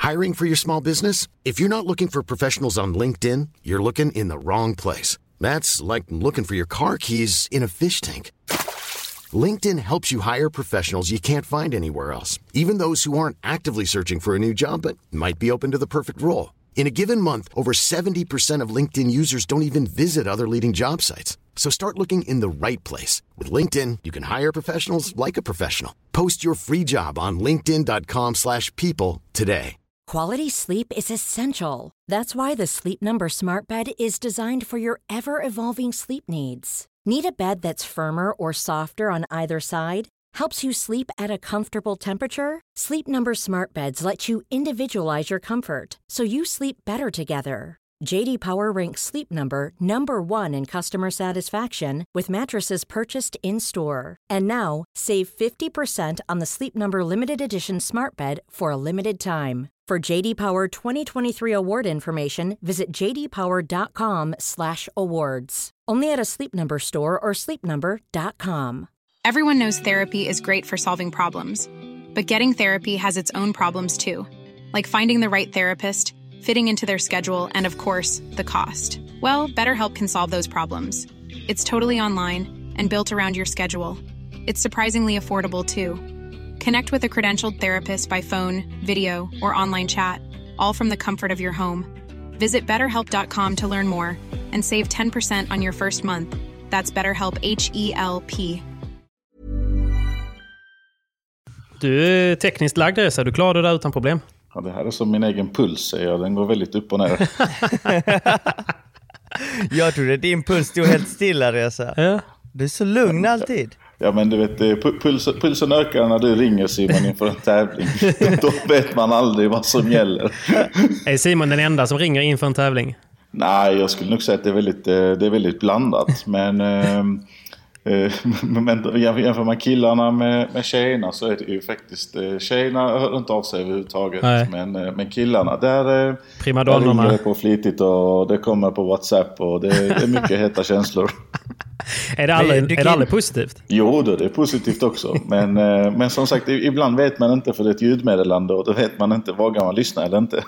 Hiring for your small business? If you're not looking for professionals on LinkedIn, you're looking in the wrong place. That's like looking for your car keys in a fish tank. LinkedIn helps you hire professionals you can't find anywhere else, even those who aren't actively searching for a new job but might be open to the perfect role. In a given month, over 70% of LinkedIn users don't even visit other leading job sites. So start looking in the right place. With LinkedIn, you can hire professionals like a professional. Post your free job on linkedin.com/people today. Quality sleep is essential. That's why the Sleep Number Smart Bed is designed for your ever-evolving sleep needs. Need a bed that's firmer or softer on either side? Helps you sleep at a comfortable temperature? Sleep Number Smart Beds let you individualize your comfort, so you sleep better together. J.D. Power ranks Sleep Number number 1 in customer satisfaction with mattresses purchased in-store. And now, save 50% on the Sleep Number Limited Edition Smart Bed for a limited time. For J.D. Power 2023 award information, visit jdpower.com/awards. Only at a Sleep Number store or sleepnumber.com. Everyone knows therapy is great for solving problems, but getting therapy has its own problems too, like finding the right therapist, fitting into their schedule, and of course, the cost. Well, BetterHelp can solve those problems. It's totally online and built around your schedule. It's surprisingly affordable too. Connect with a credentialed therapist by phone, video, or online chat, all from the comfort of your home. Visit BetterHelp.com to learn more and save 10% on your first month. That's BetterHelp, H-E-L-P. Du är tekniskt lagd, så du klarar det där utan problem. Ja, det här är som min egen puls, säger jag. Den går väldigt upp och ner. Jag trodde din puls stod helt stilla, Reza. Ja. Du är så lugn alltid. Ja, men du vet, pulsen ökar när du ringer Simon inför en tävling. Då vet man aldrig vad som gäller. Är Simon den enda som ringer inför en tävling? Nej, jag skulle nog säga att det är väldigt blandat. Men jämför man killarna med tjejerna så är det ju faktiskt tjejerna hör inte av sig överhuvudtaget. Men killarna där ringer det på flitigt och det kommer på WhatsApp och det är mycket heta känslor. Är det aldrig positivt? Jo, det är positivt också. Men som sagt, ibland vet man inte, för det är ett ljudmeddelande och då vet man inte, vågar man lyssna eller inte.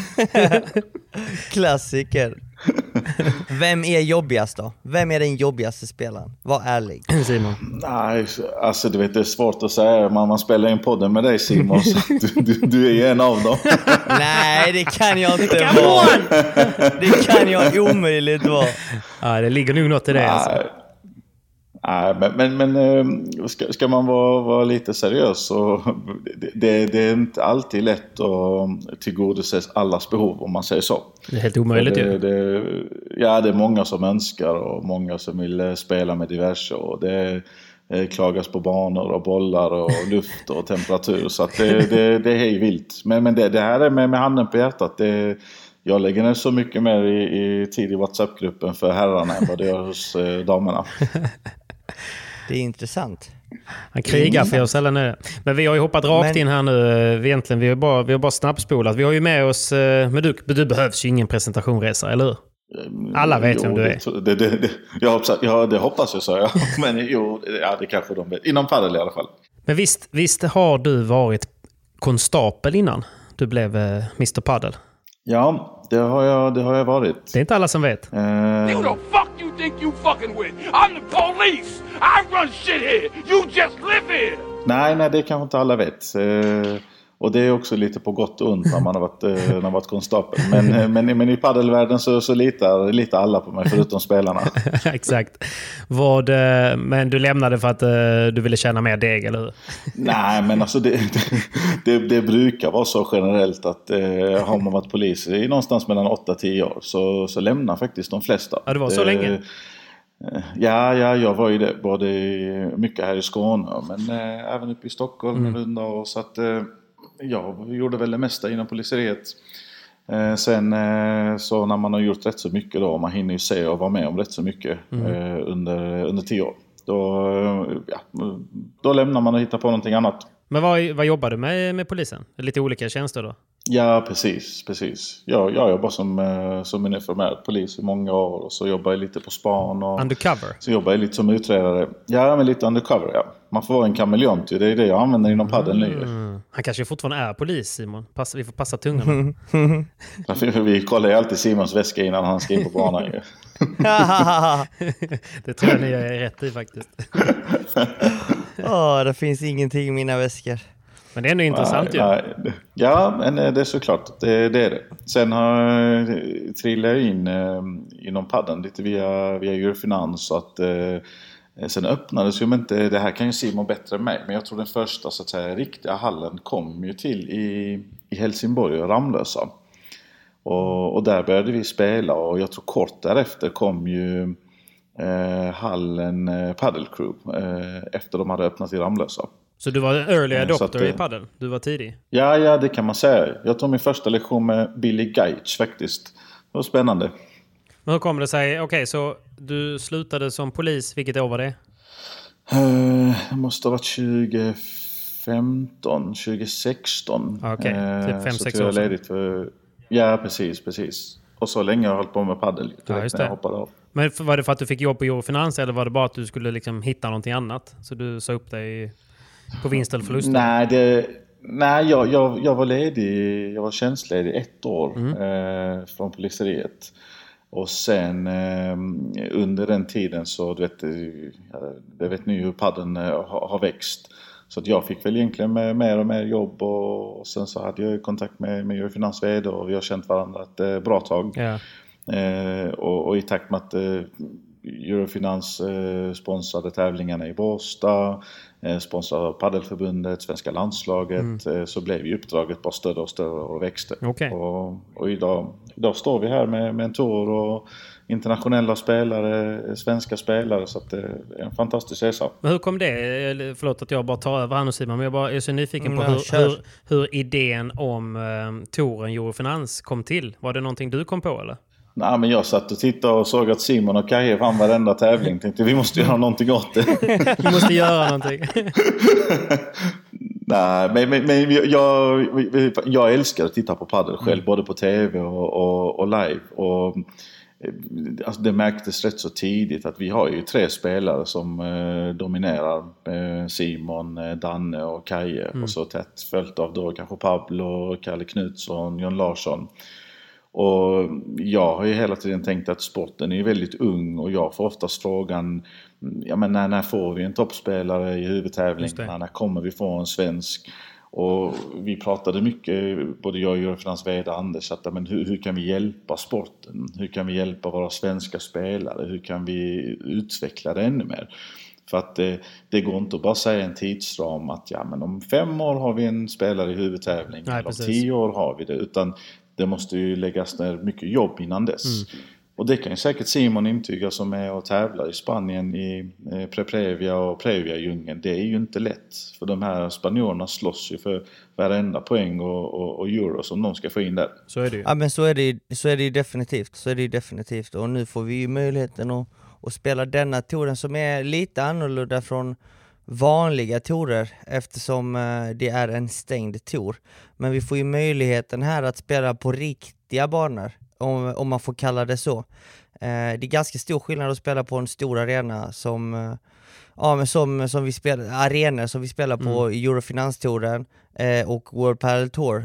Klassiker. Vem är jobbigast då? Vem är den jobbigaste spelaren? Var ärlig, Simon. Nej, alltså du vet, det är svårt att säga. Man spelar in podden med dig, Simon, så du är ju en av dem. Nej, det kan jag inte vara. Det kan jag omöjligt vara. Ja, det ligger nog något i det. Alltså. Nej, men ska man vara lite seriös så det är inte alltid lätt att tillgodose allas behov, om man säger så. Det är helt omöjligt ju. Det är många som önskar och många som vill spela med diverse och det klagas på banor och bollar och luft och temperatur, så att det är hej vilt. Men det här är med handen på hjärtat. Jag lägger ner så mycket mer i tid i WhatsApp-gruppen för herrarna än vad det gör hos damerna. Det är intressant. Han krigar för oss alla nu. Men vi har ju hoppat rakt in här nu egentligen. Vi har bara snabbspolat. Vi har ju med oss, men du behövs ju ingen presentationresa, eller hur? Alla vet vem du är. Det hoppas jag, sa jag. Men det kanske de vet. Inom padel i alla fall. Men visst har du varit konstapel innan du blev Mr. Padel? Ja, det har jag varit. Det är inte alla som vet. Who the fuck you think you fucking with? I'm the police! I run shit here! You just live here! Nej, det kanske inte alla vet. Och det är också lite på gott och ont när man har varit konstapel. Men i paddelvärlden så litar alla på mig, förutom spelarna. Exakt. Men du lämnade för att du ville tjäna mer deg, eller hur? Nej, men alltså det brukar vara så generellt att har man varit polis i någonstans mellan 8-10 år så lämnar faktiskt de flesta. Ja, det var så länge? Ja, jag var ju det. Både mycket här i Skåne, men även uppe i Stockholm. Runda, och så att jag gjorde väl det mesta inom poliseriet. Sen så när man har gjort rätt så mycket då, man hinner ju se och vara med om rätt så mycket under 10 år. Då lämnar man och hittar på någonting annat. Men vad jobbar du med polisen? Lite olika tjänster då? Ja, precis. Jag jobbar som uniformerad polis i många år, och så jobbar jag lite på span. Och undercover? Så jobbar jag lite som utredare. Ja, men lite undercover, ja. Man får vara en kameleont, det är det jag använder inom padden nu. Han kanske fortfarande är polis, Simon. Vi får passa tungan. Vi kollar ju alltid Simons väska innan han skriver på banan. Det tror jag ni är rätt i faktiskt. Det finns ingenting i mina väskor. Men det är ändå intressant ju. Ja, men det är såklart. Det är det. Sen trillar jag in inom padden lite via Eurofinans. Så att sen öppnades ju inte, det här kan ju Simon bättre än mig. Men jag tror den första så att säga riktiga hallen kom ju till i Helsingborg och Ramlösa. Och där började vi spela, och jag tror kort därefter kom ju hallen Padel Crew efter de hade öppnat i Ramlösa. Så du var en early adopter i padel? Du var tidig? Ja, det kan man säga. Jag tog min första lektion med Billy Gaich faktiskt. Det var spännande. Men hur kommer det sig? Okej, så du slutade som polis. Vilket år var det? Det måste ha varit 2015, 2016. Okej, typ 5-6 år ledigt för... Ja, precis. Och så länge jag har hållit på med padel. Ja, just det. När jag hoppade av. Men var det för att du fick jobb på Eurofinans, eller var det bara att du skulle liksom hitta någonting annat? Så du sa upp dig på vinst eller förlust? Nej, jag var ledig. Jag var tjänstledig 1 år från poliseriet. Och sen under den tiden så det vet ni hur padden har växt. Så att jag fick väl egentligen mer och mer jobb, och sen så hade jag kontakt med Eurofinans vd, och vi har känt varandra ett bra tag. Ja. Och i takt med att Eurofinans sponsrade tävlingarna i Båstad, sponsrade av Paddelförbundet, Svenska landslaget, så blev ju uppdraget bara större och större och växte. Okay. Och idag står vi här med en tour och internationella spelare, svenska spelare, så att det är en fantastisk resa. Men hur kom det? Förlåt att jag bara tar över här nu, Simon, men jag är så nyfiken på hur idén om touren Eurofinans kom till. Var det någonting du kom på, eller? Nej, men jag satt och tittade och såg att Simon och Kaje vann varenda tävling. Tänkte vi måste göra någonting åt det. Vi måste göra någonting. Nej, men jag älskar att titta på padel själv, både på tv och live. Och alltså, det märktes rätt så tidigt att vi har ju 3 spelare som dominerar. Simon, Danne och Kaje. Och så tätt följt av då kanske Pablo, Kalle Knutsson, John Larsson. Och jag har ju hela tiden tänkt att sporten är väldigt ung, och jag får oftast frågan, ja, men när får vi en toppspelare i huvudtävlingarna, när kommer vi få en svensk? Och vi pratade mycket, både jag och Eurofinans vd Anders, att men hur kan vi hjälpa sporten? Hur kan vi hjälpa våra svenska spelare? Hur kan vi utveckla det ännu mer? För att det går inte att bara säga en tidsram att ja, men om 5 år har vi en spelare i huvudtävling, eller om 10 år har vi det, utan det måste ju läggas ner mycket jobb innan dess. Och det kan ju säkert Simon intyga som är och tävlar i Spanien i Previa och Previa-djungeln. Det är ju inte lätt. För de här spanjorerna slåss ju för varenda poäng och euro som de ska få in där. Så är det ju. Ja, men så är det ju definitivt. Och nu får vi ju möjligheten att spela denna touren som är lite annorlunda från vanliga tourer, eftersom det är en stängd tour. Men vi får ju möjligheten här att spela på riktiga banor, om man får kalla det så. Det är ganska stor skillnad att spela på en stor arena som vi spelar, arenor som vi spelar på Eurofinans-touren och World Padel Tour.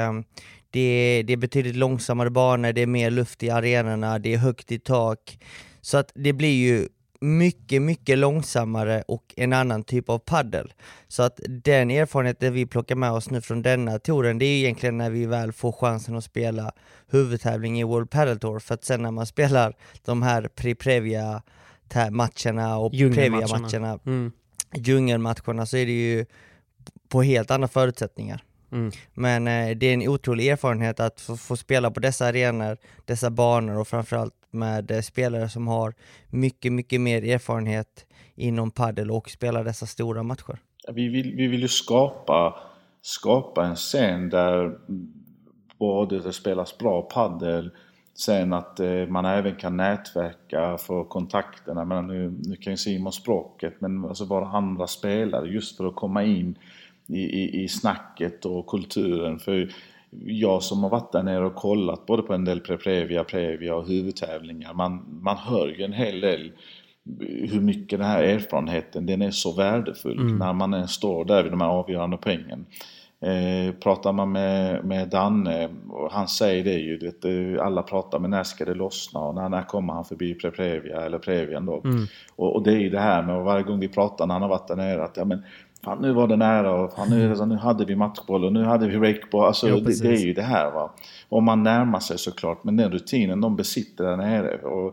Det är betydligt långsammare banor, det är mer luft i arenorna, det är högt i tak. Så att det blir ju mycket, mycket långsammare och en annan typ av paddel. Så att den erfarenheten vi plockar med oss nu från denna touren, det är egentligen när vi väl får chansen att spela huvudtävling i World Padel Tour. För att sen när man spelar de här Previa-matcherna och Previa-matcherna, djungelmatcherna, så är det ju på helt andra förutsättningar. Men det är en otrolig erfarenhet att få spela på dessa arenor, dessa banor, och framförallt med spelare som har mycket, mycket mer erfarenhet inom paddel och spela dessa stora matcher. Vi vill ju skapa en scen där både det spelas bra paddel, sen att man även kan nätverka för kontakterna. Men nu kan ju Simon språket, men alltså bara andra spelare, just för att komma in i snacket och kulturen. För jag som har varit där nere och kollat både på en del Previa och huvudtävlingar, man hör ju en hel del hur mycket den här erfarenheten, den är så värdefull när man står där vid de här avgörande poängen. Pratar man med Danne, och han säger det ju, det, alla pratar men när ska det lossna och när kommer han förbi Previa eller Previan då. Och det är ju det här med, och varje gång vi pratar när han har varit där nere, att ja men fan, nu var det nära och fan, nu hade vi matchboll och nu hade vi rakeboll, alltså det är ju det här va. Och man närmar sig såklart, men den rutinen de besitter där nere, och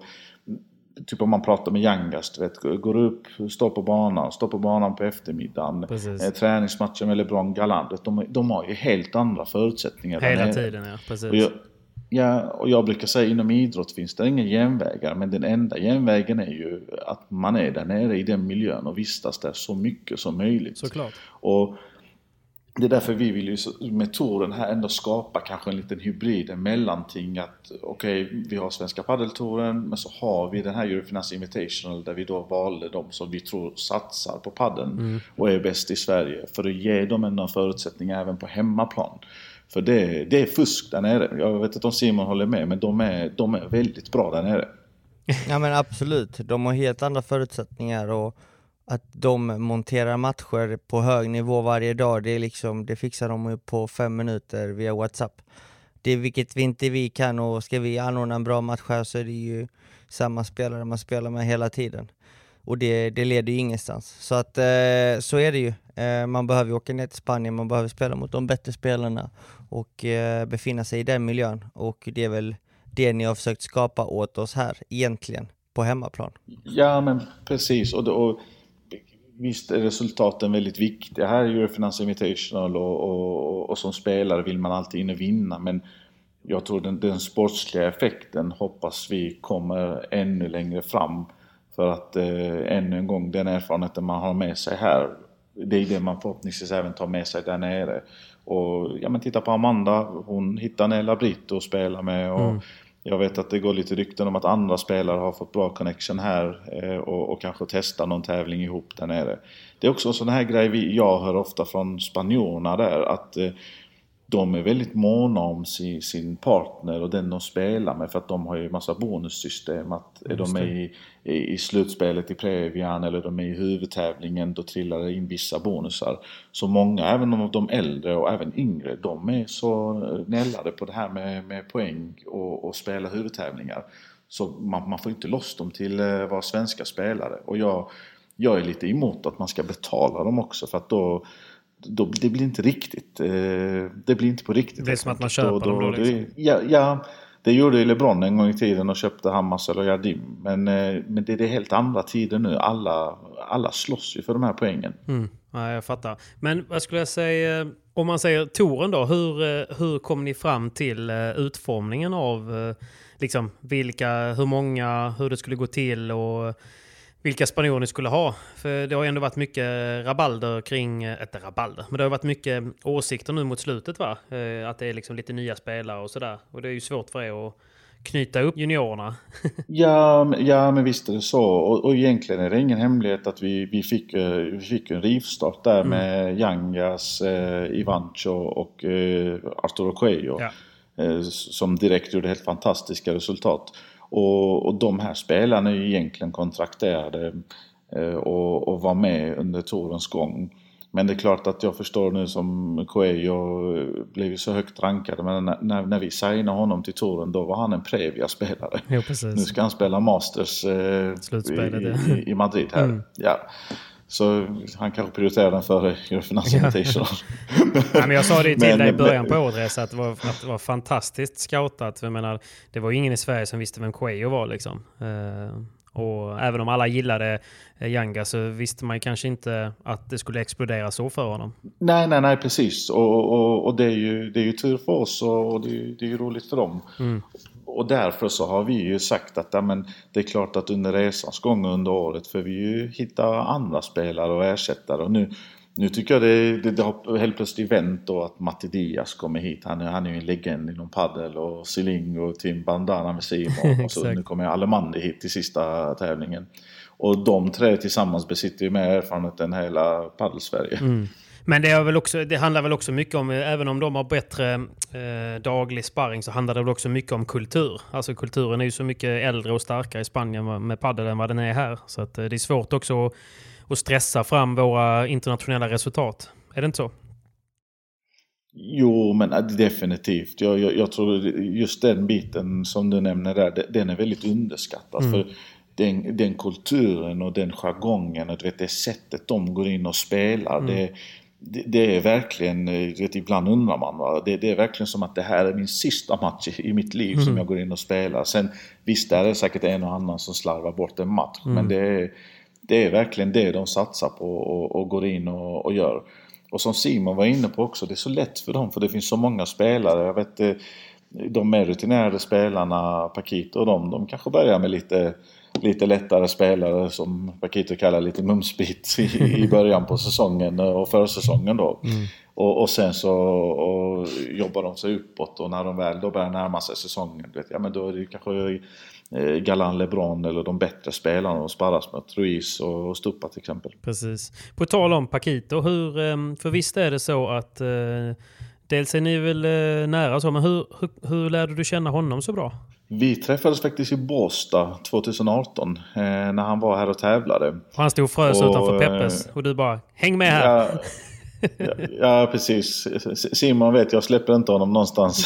typ om man pratar med Youngast, vet, går upp, står på banan på eftermiddagen, träningsmatchen med LeBron Galant, de har ju helt andra förutsättningar hela tiden, ja, precis. Och jag brukar säga inom idrott finns det inga genvägar, men den enda genvägen är ju att man är där nere i den miljön och vistas där så mycket som möjligt. Såklart. Och det är därför vi vill ju med touren här ändå skapa kanske en liten hybrid, en mellanting, att okej, vi har Svenska paddeltouren, men så har vi den här Eurofinance Invitational där vi då valde de som vi tror satsar på paddeln och är bäst i Sverige, för att ge dem en förutsättning även på hemmaplan. För det är fusk där nere. Jag vet inte om Simon håller med, men de är väldigt bra där nere. Ja men absolut, de har helt andra förutsättningar, och att de monterar matcher på hög nivå varje dag, det fixar de på 5 minuter via WhatsApp. Det är vilket vi kan, och ska vi anordna en bra match här så är det ju samma spelare man spelar med hela tiden. Och det leder ju ingenstans. Så att så är det ju. Man behöver åka ner till Spanien, man behöver spela mot de bättre spelarna och befinna sig i den miljön. Och det är väl det ni har försökt skapa åt oss här egentligen på hemmaplan. Ja men precis, och visst är resultaten väldigt viktiga här i Eurofinance Invitational, och som spelare vill man alltid in och vinna, men jag tror den sportsliga effekten hoppas vi kommer ännu längre fram, för att ännu en gång den erfarenheten man har med sig här, det är det man förhoppningsvis även tar med sig där nere. Och ja, men titta på Amanda, hon hittar Nella Britt och spelar med, och jag vet att det går lite rykten om att andra spelare har fått bra connection här och kanske testar någon tävling ihop där nere. Det är också en sån här grej jag hör ofta från spanjorerna där, att de är väldigt måna om sin partner och den de spelar med, för att de har ju massa bonussystem, att är de med i slutspelet i Previan eller de är i huvudtävlingen, då trillar det in vissa bonusar. Så många, även om de äldre och även yngre, de är så nällade på det här med poäng och spela huvudtävlingar. Så man får inte loss dem till vara svenska spelare. Och jag är lite emot att man ska betala dem också, för att då det blir inte riktigt. Det blir inte på riktigt. Det är som att man köper dem då liksom. Ja, det gjorde ju LeBron en gång i tiden och köpte Hammarskjöld och Jardim. Men det är helt andra tider nu. Alla slåss ju för de här poängen. Ja, jag fattar. Men vad skulle jag säga, om man säger touren då, hur kom ni fram till utformningen av liksom hur många, hur det skulle gå till och vilka spanjorer ni skulle ha? För det har ändå varit mycket rabalder kring, inte rabalder, men det har varit mycket åsikter nu mot slutet, va? Att det är liksom lite nya spelare och sådär. Och det är ju svårt för er att knyta upp juniorerna. ja, men visst är det så. Och egentligen är det ingen hemlighet att vi fick en rivstart där med Yangas, Ivancho och Arturo Cuello. Ja. Som direkt gjorde helt fantastiska resultat. Och de här spelarna är ju egentligen kontrakterade och var med under tourens gång. Men det är klart att jag förstår nu som Cuello blev ju så högt rankad. Men när vi signade honom till touren, då var han en Previa-spelare. Jo, precis. Nu ska han spela Masters i Madrid här. Ja. Så han kanske prioriterar den före Eurofinance Invitational. Men jag sa det till dig i början på året, att det var fantastiskt scoutat. Jag menar, det var ingen i Sverige som visste vem Cuello var liksom. Och även om alla gillade Yanga så visste man kanske inte att det skulle explodera så för honom. Nej, precis. Och det är ju tur för oss, och det är ju roligt för dem. Och därför så har vi ju sagt att det är klart att under resans gång under året får vi ju hitta andra spelare och ersättare. Och nu tycker jag det har helt plötsligt vänt då att Matti Diaz kommer hit. Han är ju en legend inom paddel, och Siling och Tim Bandana med Simon. Och så nu kommer Alemandi hit till sista tävlingen. Och de tre tillsammans besitter ju mer erfarenhet än hela paddel-Sverige. Men det handlar väl också mycket om, även om de har bättre daglig sparring, så handlar det väl också mycket om kultur. Alltså kulturen är ju så mycket äldre och starkare i Spanien med paddel än vad den är här. Så att det är svårt också att stressa fram våra internationella resultat. Är det inte så? Jo, men definitivt. Jag tror just den biten som du nämner där, den är väldigt underskattad. För den kulturen och den jargongen och det sättet de går in och spelar, det är verkligen, ibland undrar man, va? Det är verkligen som att det här är min sista match i mitt liv som jag går in och spelar. Sen visst, där är det säkert en och annan som slarvar bort en match, men det är verkligen det de satsar på och går in och gör. Och som Simon var inne på också, det är så lätt för dem, för det finns så många spelare. Jag vet, de mer rutinerade spelarna, Paquito och de kanske börjar med lite lättare spelare som Paquito kallar lite mumsbit i början på säsongen och försäsongen då. Och sen så jobbar de sig uppåt, och när de väl då börjar närma sig säsongen, men då är det kanske Galan, LeBron eller de bättre spelarna och sparras med Ruiz och Stupa till exempel. Precis. På tal om Paquito, för visst är det så att dels är ni väl nära så, men hur lärde du känna honom så bra? Vi träffades faktiskt i Båstad 2018 när han var här och tävlade. Och han stod frös utanför Peppes och du bara, häng med här! Ja, precis. Simon vet, jag släpper inte honom någonstans.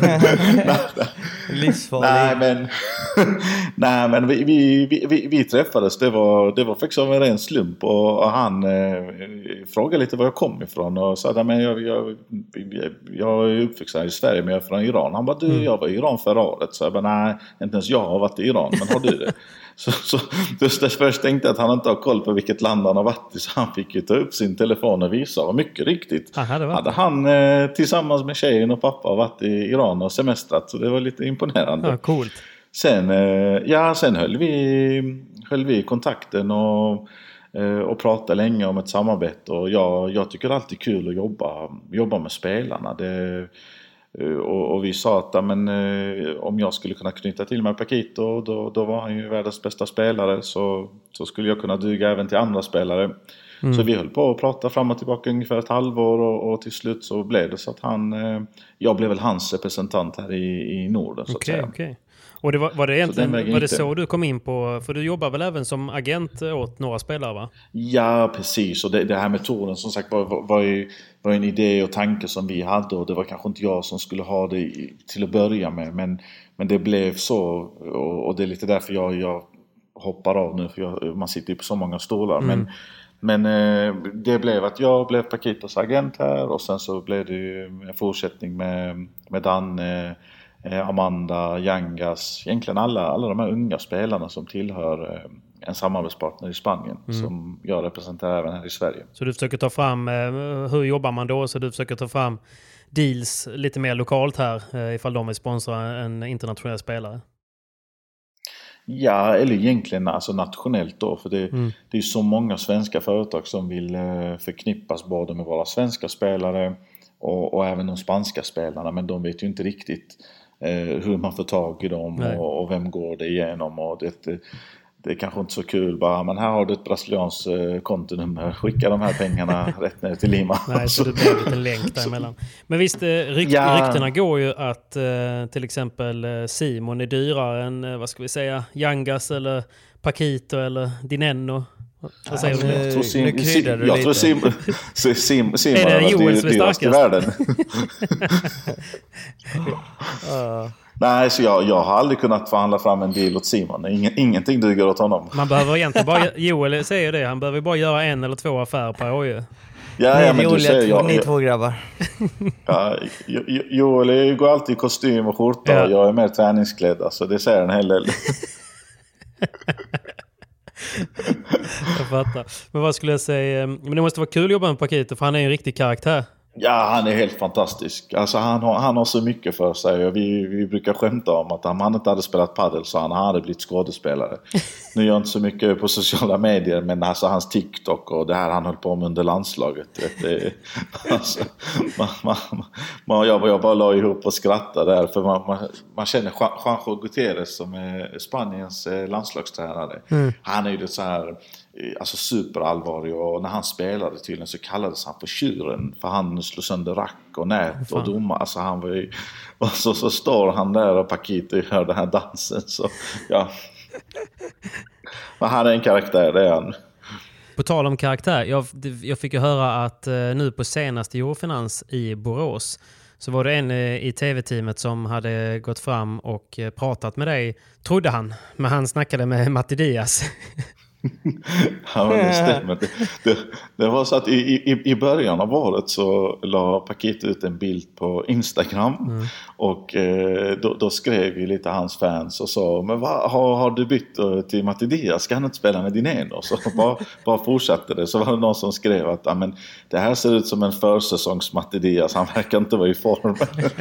Livsfarlig. Nej, men vi träffades. Det var faktiskt av en ren slump, och han frågade lite var jag kom ifrån och sa att jag är uppväxt i Sverige, men jag är från Iran. Han bara, jag var i Iran förra året. Så jag bara, nej, inte ens jag har varit i Iran, men har du det? Så just först tänkte jag att han inte har koll på vilket land han har varit i, så han fick ju ta upp sin telefon och visa. Och mycket riktigt hade han tillsammans med tjejen och pappa varit i Iran och semestrat, så det var lite imponerande. Ja, coolt. Sen höll vi kontakten och pratade länge om ett samarbete, och jag tycker det är alltid kul att jobba med spelarna. Och vi sa att om jag skulle kunna knyta till mig Paquito, då var han ju världens bästa spelare, så skulle jag kunna duga även till andra spelare. Så vi höll på att prata fram och tillbaka ungefär ett halvår, och till slut så blev det så att jag blev väl hans representant här i Norden, så att säga. Okay. Och var det egentligen var det så du kom in på, för du jobbar väl även som agent åt några spelare, va? Ja, precis. Och det här med touren som sagt var en idé och tanke som vi hade, och det var kanske inte jag som skulle ha det till att börja med, men det blev så, och det är lite därför jag hoppar av nu, för man sitter ju på så många stolar. Men det blev att jag blev Paquitos agent här, och sen så blev det ju en fortsättning med Danne, Amanda, Yangas, egentligen alla de här unga spelarna som tillhör en samarbetspartner i Spanien som jag representerar även här i Sverige. Så du försöker ta fram, hur jobbar man då? Så du försöker ta fram deals lite mer lokalt här ifall de vill sponsra en internationell spelare? Ja, eller egentligen alltså nationellt då, för det är så många svenska företag som vill förknippas både med våra svenska spelare och även de spanska spelarna, men de vet ju inte riktigt hur man får tag i dem och vem går det igenom, och det är kanske inte så kul bara, men här har du ett brasilians kontonummer, skicka de här pengarna rätt ner till Lima. Nej, så det blir lite länk däremellan. Men visst, ryktena går ju att till exempel Simon är dyrare än, vad ska vi säga, Yangas eller Paquito eller Dinenno. Vad säger du? Jag tror Simon är dyrast i världen. Nej, så jag har aldrig kunnat förhandla fram en deal åt Simon. Ingenting duger åt honom. Man behöver egentligen bara, Joel säger det, han behöver bara göra 1 eller 2 affärer per år ju. Ja, men du säger ni två grabbar. Ja, Joel går alltid i kostym och skjorta, och jag är mer träningsklädd, så det säger en hel del. Jag fattar. Men vad skulle jag säga? Men det måste vara kul att jobba med Paquito, för han är en riktig karaktär. Ja, han är helt fantastisk. Alltså han har så mycket för sig, och vi brukar skämta om att om han inte hade spelat paddel så han hade blivit skådespelare. Nu gör jag inte så mycket på sociala medier, men alltså hans TikTok och det här han höll på med under landslaget. Alltså, jag bara la ihop och skrattade där, för man känner Juanjo Gutierrez som är Spaniens landslagstränare. Han är ju så här, alltså superallvarlig, och när han spelade tydligen så kallades han för tjuren, för han slog sönder rack och nät och domar. Alltså han var ju, och så står han där och Paquito gör den här dansen, så ja. Men han är en karaktär, det är han. På tal om karaktär, jag fick ju höra att nu på senaste Eurofinans i Borås så var det en i tv-teamet som hade gått fram och pratat med dig, trodde han. Men han snackade med Matti Diaz. Ja, det stämmer. Det var så att i början av året så la Paket ut en bild på Instagram och då skrev ju lite hans fans och sa, men har du bytt till Matti Diaz? Ska han inte spela med Dineno? Så bara fortsatte det. Så var det någon som skrev att men det här ser ut som en försäsongs Matti Diaz, han verkar inte vara i form.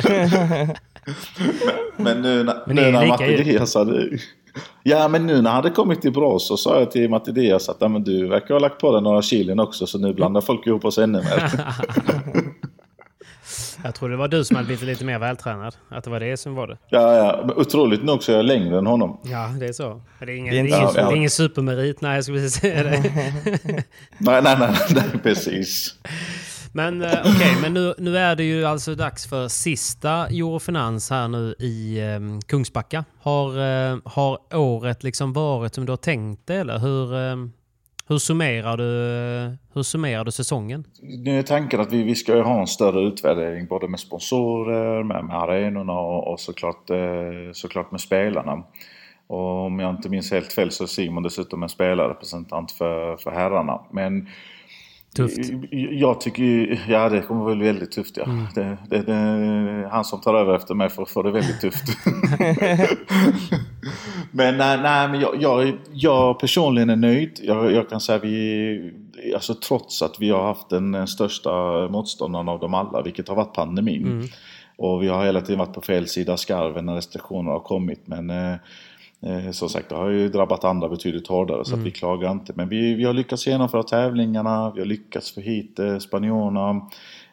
men nu när Matti Diaz hade... Ja, men nu när han hade kommit till bra så sa jag till Matti Diaz att men du verkar ha lagt på dig några kilon också, så nu blandar folk ihop oss ännu mer. Jag tror det var du som hade blivit lite mer vältränad. Att det var det som var det. Ja, men otroligt nog så är jag längre än honom. Ja, det är så. Det är ingen supermerit. Nej, jag skulle säga det. nej, precis. Men okej, men nu är det ju alltså dags för sista Eurofinans här nu i Kungsbacka. Har året liksom varit som du har tänkt det, eller hur summerar du säsongen? Nu är tanken att vi ska ju ha en större utvärdering både med sponsorer, med arenorna och såklart med spelarna. Och om jag inte minns helt fel så är Simon dessutom en spelarrepresentant för herrarna. Men tufft. Jag tycker det kommer väl väldigt tufft, ja. Det han som tar över efter mig får det väldigt tufft. Men men jag personligen är nöjd. Jag kan säga alltså trots att vi har haft den största motståndaren av dem alla, vilket har varit pandemin. Och vi har hela tiden varit på fel sida skarven när restriktioner har kommit, men som sagt, det har ju drabbat andra betydligt hårdare, så att vi klagar inte. Men vi har lyckats genomföra tävlingarna, vi har lyckats få hit spanjorerna.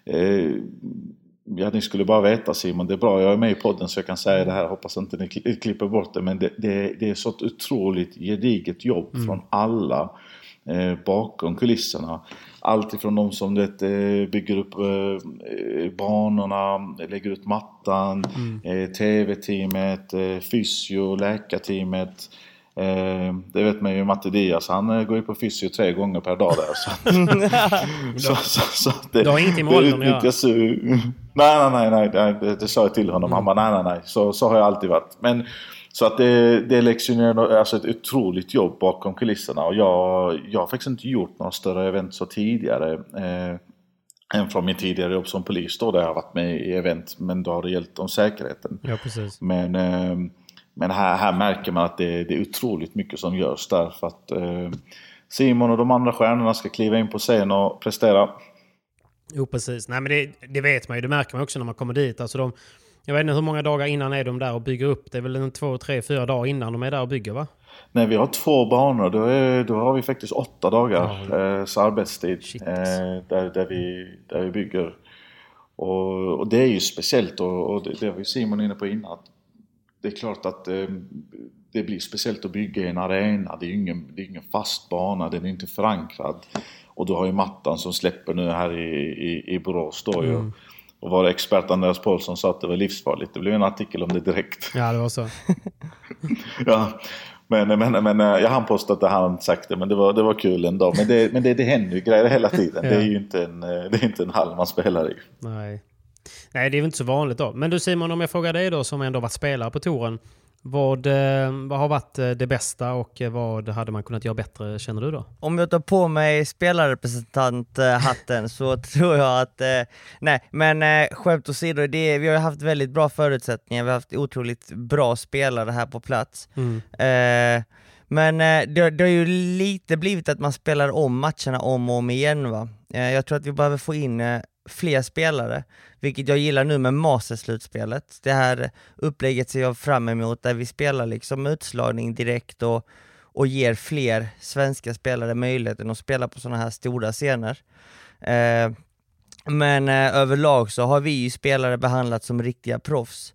Ni skulle bara veta, Simon, det är bra, jag är med i podden så jag kan säga det här, hoppas inte ni klipper bort det, men det är så ett otroligt gediget jobb från alla bakom kulisserna. Allt ifrån de som bygger upp banorna, lägger ut mattan, tv-teamet, fysio, läkarteamet. Det vet man ju, Matti Diaz, han går ju på fysio 3 gånger per dag där. Så du har inget i målen att göra. Nej, det sa jag till honom. Han bara nej. Så har jag alltid varit. Men så att det läggs ju ner alltså ett otroligt jobb bakom kulisserna. Och jag har faktiskt inte gjort några större event så tidigare än från min tidigare jobb som polis då, där jag har varit med i event, men då har det gällt om säkerheten. Ja, precis. Men här märker man att det är otroligt mycket som görs där för att Simon och de andra stjärnorna ska kliva in på scen och prestera. Jo, precis. Nej, men det vet man ju. Det märker man också när man kommer dit. Alltså jag vet inte hur många dagar innan är de där och bygger upp. Det är väl 2, 3, 4 dagar innan de är där och bygger, va? Nej, vi har 2 banor. Då har vi faktiskt 8 dagars arbetstid där vi bygger. Och det är ju speciellt, och det var ju Simon inne på innan. Det är klart att det blir speciellt att bygga i en arena. Det är ingen fast bana, den är inte förankrad. Och du har ju mattan som släpper nu här i Borås då ju. Och var expert Andreas Paulsson sa att det var livsfarligt. Det blev en artikel om det direkt. Ja, det var så. Ja, men jag hann posta att han inte sagt det, men det var kul ändå. Men det händer ju grejer hela tiden. Ja. Det är ju inte en hall man spelar i. Nej, det är väl inte så vanligt då. Men du Simon, om jag frågar dig då som ändå varit spelare på touren, vad har varit det bästa och vad hade man kunnat göra bättre, känner du då? Om jag tar på mig spelarrepresentanthatten så tror jag att skämt åsido, vi har ju haft väldigt bra förutsättningar, vi har haft otroligt bra spelare här på plats. Men det har ju lite blivit att man spelar om matcherna om och om igen, va? Jag tror att vi behöver få in fler spelare, vilket jag gillar nu med Masters-slutspelet. Det här upplägget ser jag fram emot, där vi spelar liksom utslagning direkt och ger fler svenska spelare möjligheten att spela på sådana här stora scener. Men överlag så har vi ju spelare behandlat som riktiga proffs.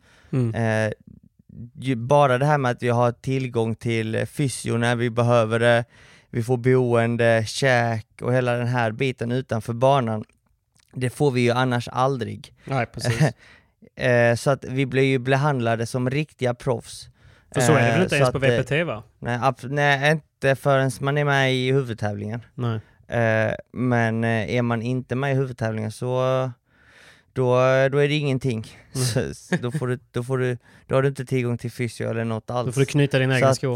Bara det här med att vi har tillgång till fysio när vi behöver det, vi får boende, käk och hela den här biten utanför banan. Det får vi ju annars aldrig. Nej, precis. Så att vi blir ju behandlade som riktiga proffs. För så är det väl inte ens på VPT, va? Nej, inte förrän man är med i huvudtävlingen. Nej. Men är man inte med i huvudtävlingen så då är det ingenting. Så då har du inte tillgång till fysio eller något alls. Då får du knyta din egen skor.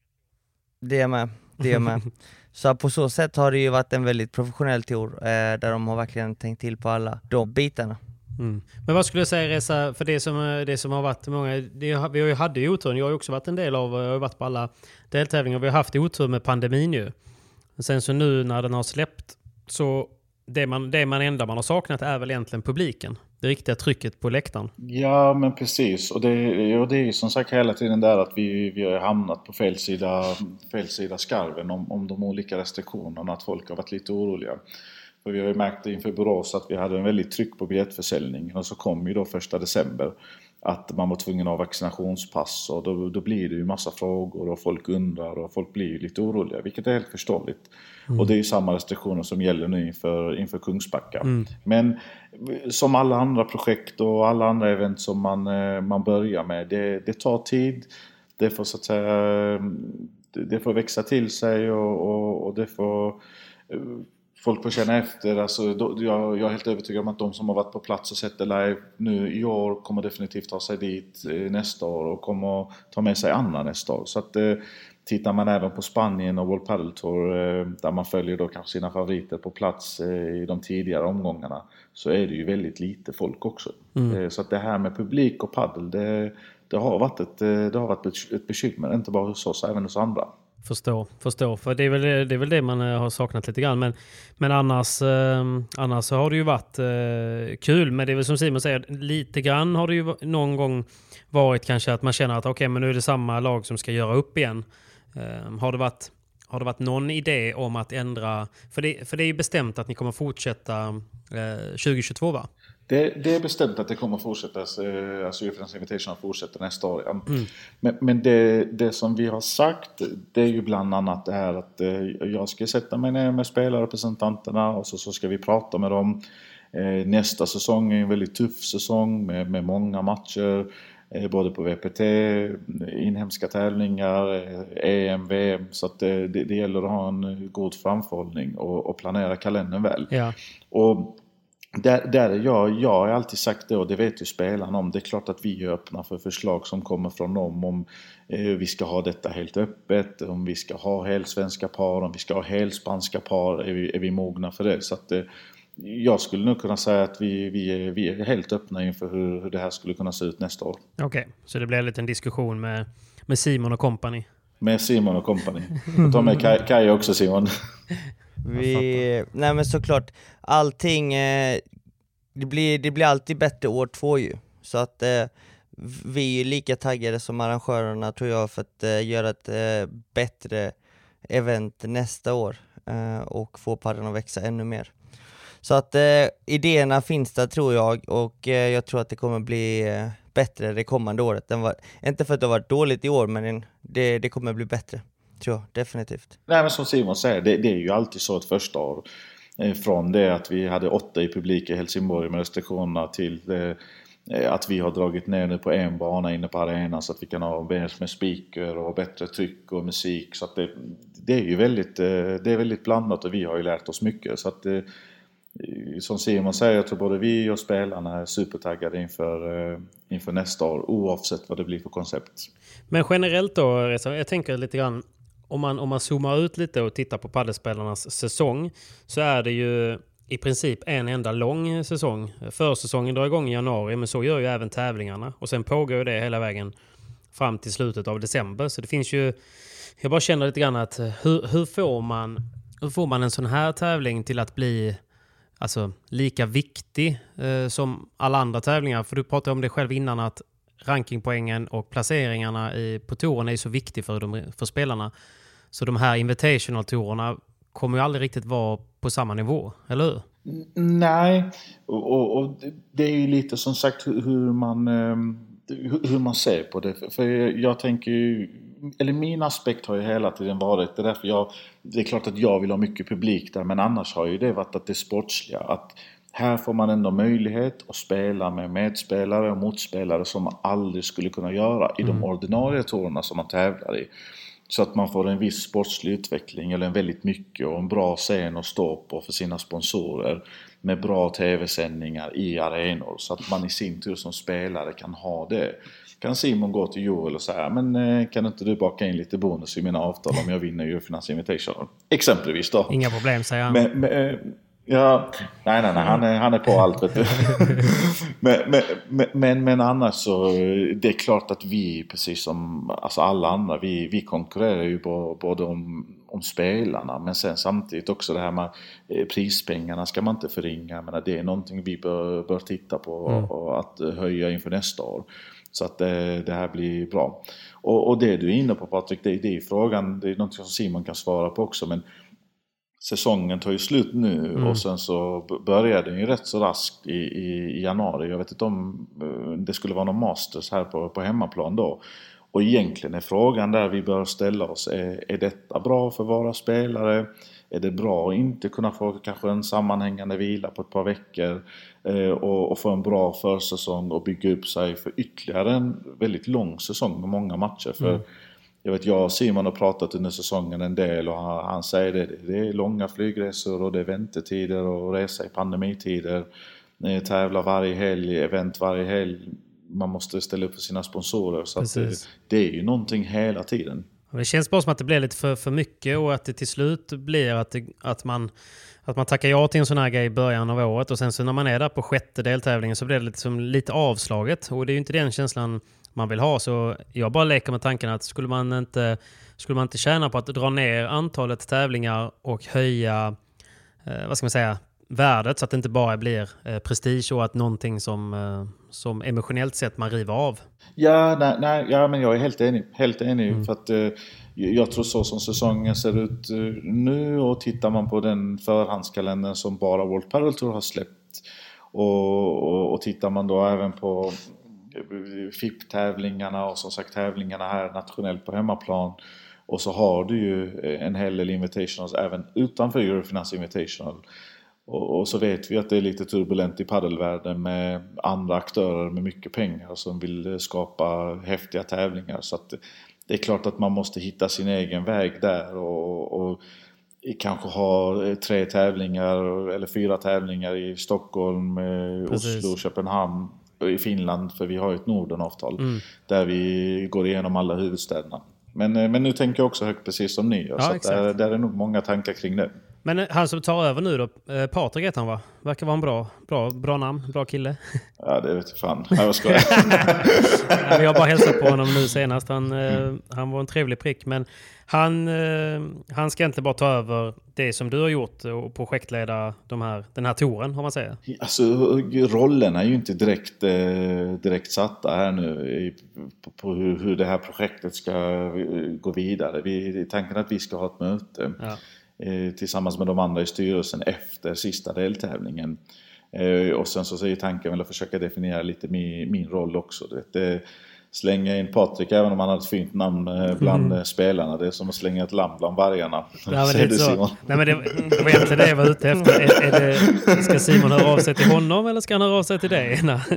Det är med. Så på så sätt har det ju varit en väldigt professionell tour där de har verkligen tänkt till på alla de bitarna. Men vad skulle jag säga, Reza, för det som har varit många, vi hade ju otur, jag har ju också varit en del av, jag har varit på alla deltävlingar, vi har haft otur med pandemin ju. Sen så nu när den har släppt, så det enda man har saknat är väl egentligen publiken. Det riktiga trycket på läktaren. Ja, men precis. Och det är ju som sagt hela tiden där att vi har hamnat på fel sida skarven om de olika restriktionerna, att folk har varit lite oroliga. För vi har ju märkt inför Borås att vi hade en väldigt tryck på biljettförsäljning, och så kom ju då 1 december att man var tvungen att ha vaccinationspass, och då blir det ju massa frågor och folk undrar och folk blir lite oroliga, vilket är helt förståeligt. Och det är ju samma restriktioner som gäller nu inför Kungsbacka. Men som alla andra projekt och alla andra event som man börjar med, det tar tid, det får så att säga, det får växa till sig och det får folk får känna efter. Alltså, jag är helt övertygad om att de som har varit på plats och sett det live nu i år kommer definitivt ta sig dit nästa år och kommer ta med sig andra nästa år. Så att tittar man även på Spanien och World Padel Tour där man följer då kanske sina favoriter på plats i de tidigare omgångarna, så är det ju väldigt lite folk också. Så att det här med publik och paddel, det har varit ett bekymmer, inte bara hos oss, även hos andra. Förstår. För det är väl det man har saknat lite grann. Men annars så har det ju varit kul. Men det är väl som Simon säger, lite grann har det ju någon gång varit kanske att man känner att okej, men nu är det samma lag som ska göra upp igen. Har det varit någon idé om att ändra? För det är ju bestämt att ni kommer fortsätta 2022, va? Det är bestämt att det kommer att fortsätta, alltså UFNs Invitation fortsätter nästa år. Ja. Men det som vi har sagt, det är ju bland annat det här att jag ska sätta mig ner med spelarrepresentanterna och så ska vi prata med dem. Nästa säsong är en väldigt tuff säsong med många matcher, både på VPT, inhemska tävlingar, EM, VM, så att det gäller att ha en god framförhållning och planera kalendern väl. Ja. Och där jag har alltid sagt det, och det vet ju spelarna om. Det är klart att vi är öppna för förslag som kommer från dem, om vi ska ha detta helt öppet, om vi ska ha helsvenska par, om vi ska ha helspanska par, är vi mogna för det. Så att jag skulle nog kunna säga att vi är helt öppna inför hur det här skulle kunna se ut nästa år. Okej, så det blir en liten diskussion med Simon och company. Med Simon och company. Ta med Kaj också, Simon. Nej, men såklart allting det blir alltid bättre år 2 ju. Så att vi är lika taggade som arrangörerna, tror jag, för att göra ett bättre event nästa år och få paddeln att växa ännu mer. Så att idéerna finns där, tror jag, och jag tror att det kommer bli bättre det kommande året. Inte för att det har varit dåligt i år, men det kommer bli bättre. Tror jag, definitivt. Nej, men som Simon säger, det är ju alltid så ett första år. Från det att vi hade 8 i publik i Helsingborg med restriktionerna till att vi har dragit ner nu på en bana inne på arenan så att vi kan ha med speaker och bättre tryck och musik. Så att det är ju väldigt blandat, och vi har ju lärt oss mycket. Så att som Simon säger, jag tror både vi och spelarna är supertaggade inför nästa år, oavsett vad det blir för koncept. Men generellt då, jag tänker lite grann, om man zoomar ut lite och tittar på paddelspelarnas säsong, så är det ju i princip en enda lång säsong. Försäsongen drar igång i januari, men så gör ju även tävlingarna. Och sen pågår ju det hela vägen fram till slutet av december. Så det finns ju, jag bara känner lite grann att hur får man en sån här tävling till att bli alltså lika viktig som alla andra tävlingar? För du pratade om det själv innan, att rankingpoängen och placeringarna på touren är så viktig för spelarna. Så de här invitational-tourerna kommer ju aldrig riktigt vara på samma nivå, eller hur? Nej, och det är ju lite som sagt hur man ser på det. För jag tänker ju, eller min aspekt har ju hela tiden varit, det är därför det är klart att jag vill ha mycket publik där, men annars har ju det varit att det sportsliga, att här får man ändå möjlighet att spela med medspelare och motspelare som man aldrig skulle kunna göra i de ordinarie tourerna som man tävlar i. så att man får en viss sportslig utveckling eller en väldigt mycket och en bra scen att stå på för sina sponsorer med bra tv-sändningar i arenor så att man i sin tur som spelare kan ha det. Kan Simon gå till Joel och säga, men kan inte du baka in lite bonus i mina avtal om jag vinner Eurofinans Invitational? Exempelvis då. Inga problem, säger han. Ja, nej, han är på allt, vet du. men annars så det är klart att vi, precis som alltså alla andra, vi konkurrerar ju både om spelarna, men sen samtidigt också det här med prispengarna ska man inte förringa. Jag menar, det är någonting vi bör titta på och att höja inför nästa år. Så att det här blir bra. Och det du är inne på, Patrik, det är frågan, det är något som Simon kan svara på också, men säsongen tar ju slut nu och sen så börjar den ju rätt så raskt i januari. Jag vet inte om det skulle vara någon Masters här på hemmaplan då. Och egentligen är frågan där vi bör ställa oss, är detta bra för våra spelare? Är det bra att inte kunna få kanske en sammanhängande vila på ett par veckor och få en bra försäsong och bygga upp sig för ytterligare en väldigt lång säsong med många matcher? För jag och Simon har pratat under säsongen en del och han säger det är långa flygresor och det är väntetider och resa i pandemitider. Tävla varje helg, event varje helg. Man måste ställa upp för sina sponsorer, så att det är ju någonting hela tiden. Det känns bara som att det blir lite för mycket och att det till slut blir att man tackar ja till en sån här grej i början av året och sen så när man är där på 6:e deltävlingen så blir det liksom lite avslaget och det är ju inte den känslan man vill ha. Så jag bara leker med tanken att skulle man inte tjäna på att dra ner antalet tävlingar och höja värdet så att det inte bara blir prestige och att någonting som emotionellt sett man river av. Ja, men jag är helt enig för att jag tror så som säsongen ser ut nu och tittar man på den förhandskalendern som bara World Padel Tour har släppt och tittar man då även på FIP-tävlingarna och som sagt tävlingarna här nationellt på hemmaplan och så har du ju en hel del invitationals även utanför Eurofinans Invitational. Och så vet vi att det är lite turbulent i paddelvärlden med andra aktörer med mycket pengar som vill skapa häftiga tävlingar. Så att det är klart att man måste hitta sin egen väg där och kanske ha 3 tävlingar eller 4 tävlingar i Stockholm, Oslo, Köpenhamn och i Finland, för vi har ju ett Nordenavtal där vi går igenom alla huvudstäderna. Men nu tänker jag också högt precis som ni gör, så att där är nog många tankar kring det. Men han som tar över nu då, Patrik heter han, va? Verkar vara en bra namn, bra kille. Ja, det vet jag fan. Jag skojar. Vi har bara hälsat på honom nu senast. Han var en trevlig prick, men han ska inte bara ta över det som du har gjort och projektleda den här touren, om man säger. Alltså, rollerna är ju inte direkt satta här nu på hur det här projektet ska gå vidare. Tanken är att vi ska ha ett möte. Ja. Tillsammans med de andra i styrelsen efter sista deltävlingen. Och sen så är tanken väl att försöka definiera lite min roll också. Slänga in Patrik, även om han hade ett fint namn bland spelarna. Det är som att slänga ett lamm bland vargarna. Ja, men det så. Nej, men det var egentligen det jag var ute efter. Ska Simon höra av sig till honom eller ska han höra av sig till dig?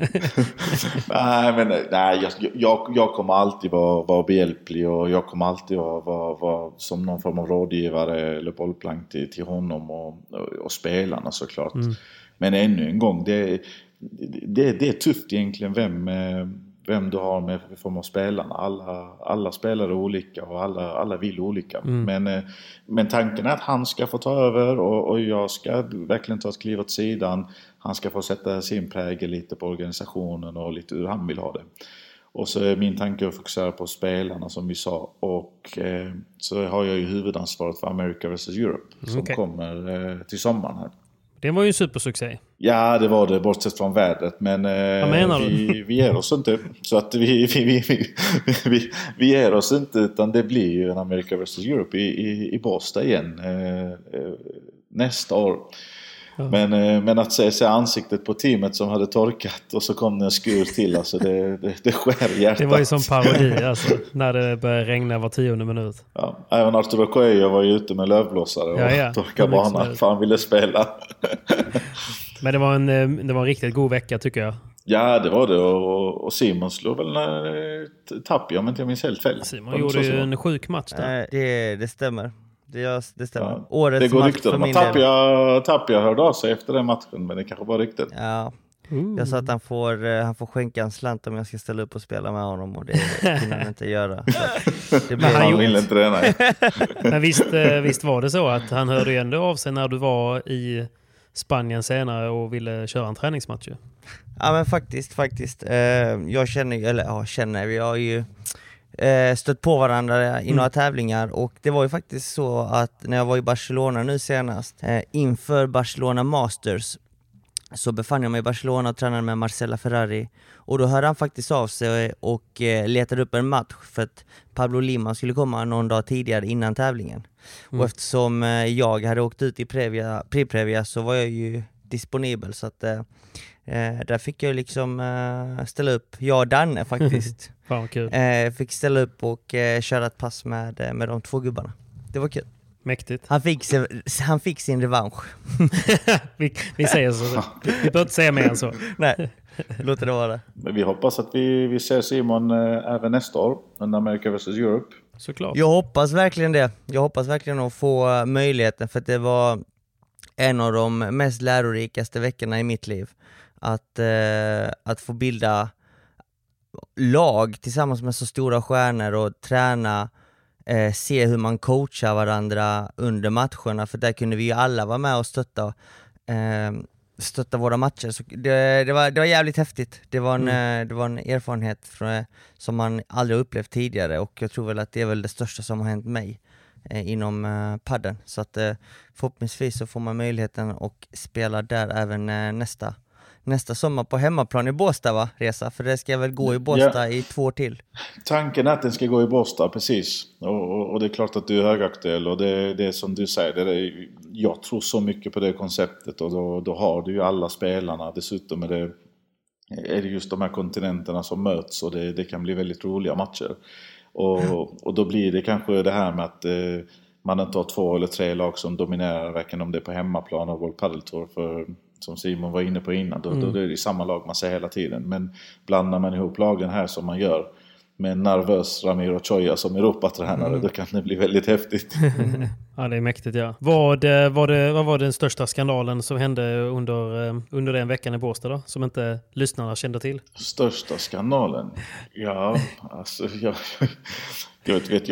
Jag kommer alltid vara behjälplig och jag kommer alltid vara som någon form av rådgivare eller bollplank till honom och spelarna såklart. Men ännu en gång, det är tufft egentligen vem du har med form av spelarna. Alla spelar olika och alla vill olika. Men tanken är att han ska få ta över och jag ska verkligen ta ett kliv åt sidan. Han ska få sätta sin prägel lite på organisationen och lite hur han vill ha det. Och så är min tanke att fokusera på spelarna som vi sa. Och så har jag ju huvudansvaret för America vs Europe som kommer till sommaren här. Det var ju en supersuccé. Ja, det var det, bortsett från vädret. Men vi ger oss inte. Så att vi ger oss inte, utan det blir ju en America vs Europe i Båstad igen nästa år. Ja. Men att se ansiktet på teamet som hade torkat och så kom det en skur till, alltså det skär i hjärtat. Det var ju som parodi alltså, när det började regna var 10:e minut. Ja, även Arturo Coelho var ju ute med lövblåsare och torkade banan för han ville spela. Men det var en riktigt god vecka tycker jag. Ja, det var det. Och Simon slog väl Tapia, om inte jag minns helt fel. Simon gjorde ju en sjuk match där. Det stämmer. Det stämmer. Ja. Årets det går match rykten för om min att Tapia hörde av sig efter den matchen, men det kanske var rykten. Ja. Jag sa att han får skänka en slant om jag ska ställa upp och spela med honom, och det kunde han inte göra. Men han ville inte det, nej. Men visst var det så att han hörde ju ändå av sig när du var i Spanien senare och ville köra en träningsmatch ju. Ja, men faktiskt. Jag känner, vi har ju stött på varandra i några tävlingar, och det var ju faktiskt så att när jag var i Barcelona nu senast, inför Barcelona Masters, så befann jag mig i Barcelona och tränade med Marcella Ferrari, och då hörde han faktiskt av sig och letade upp en match för att Pablo Lima skulle komma någon dag tidigare innan tävlingen. Och eftersom jag hade åkt ut i Previa så var jag ju disponibel, så att där fick jag liksom ställa upp. Jag och Danne faktiskt. Fan, kul. Fick ställa upp och köra ett pass med de två gubbarna. Det var kul. Mäktigt. Han fick sin revansch. vi säger så. Vi behöver inte säga mer än så. Nej, låter det vara. Men vi hoppas att vi ser Simon även nästa år under America vs Europe. Såklart. Jag hoppas verkligen det. Jag hoppas verkligen att få möjligheten, för att det var en av de mest lärorikaste veckorna i mitt liv. Att få bilda lag tillsammans med så stora stjärnor och träna, se hur man coachar varandra under matcherna, för där kunde vi ju alla vara med och stötta våra matcher. Så det var jävligt häftigt. Det var en erfarenhet som man aldrig upplevt tidigare, och jag tror väl att det är väl det största som har hänt mig inom padden. Så att förhoppningsvis så får man möjligheten att spela där även nästa sommar på hemmaplan i Båstad, va, Resa? För det ska väl gå i Båstad i 2 år till. Tanken är att den ska gå i Båstad, precis. Och det är klart att du är högaktuell, och det är som du säger, jag tror så mycket på det konceptet, och då har du ju alla spelarna. Dessutom är det just de här kontinenterna som möts, och det kan bli väldigt roliga matcher. Och då blir det kanske det här med att man inte har 2 eller 3 lag som dominerar, verkligen om det är på hemmaplan av World Padel Tour, för som Simon var inne på innan, då är det samma lag man ser hela tiden. Men blandar man ihop lagen här som man gör med en nervös Ramiro Choya som Europatränare, då kan det bli väldigt häftigt. Ja, det är mäktigt, ja. Vad var den största skandalen som hände under den veckan i Båstad då, som inte lyssnarna kände till? Största skandalen? Ja, alltså jag vet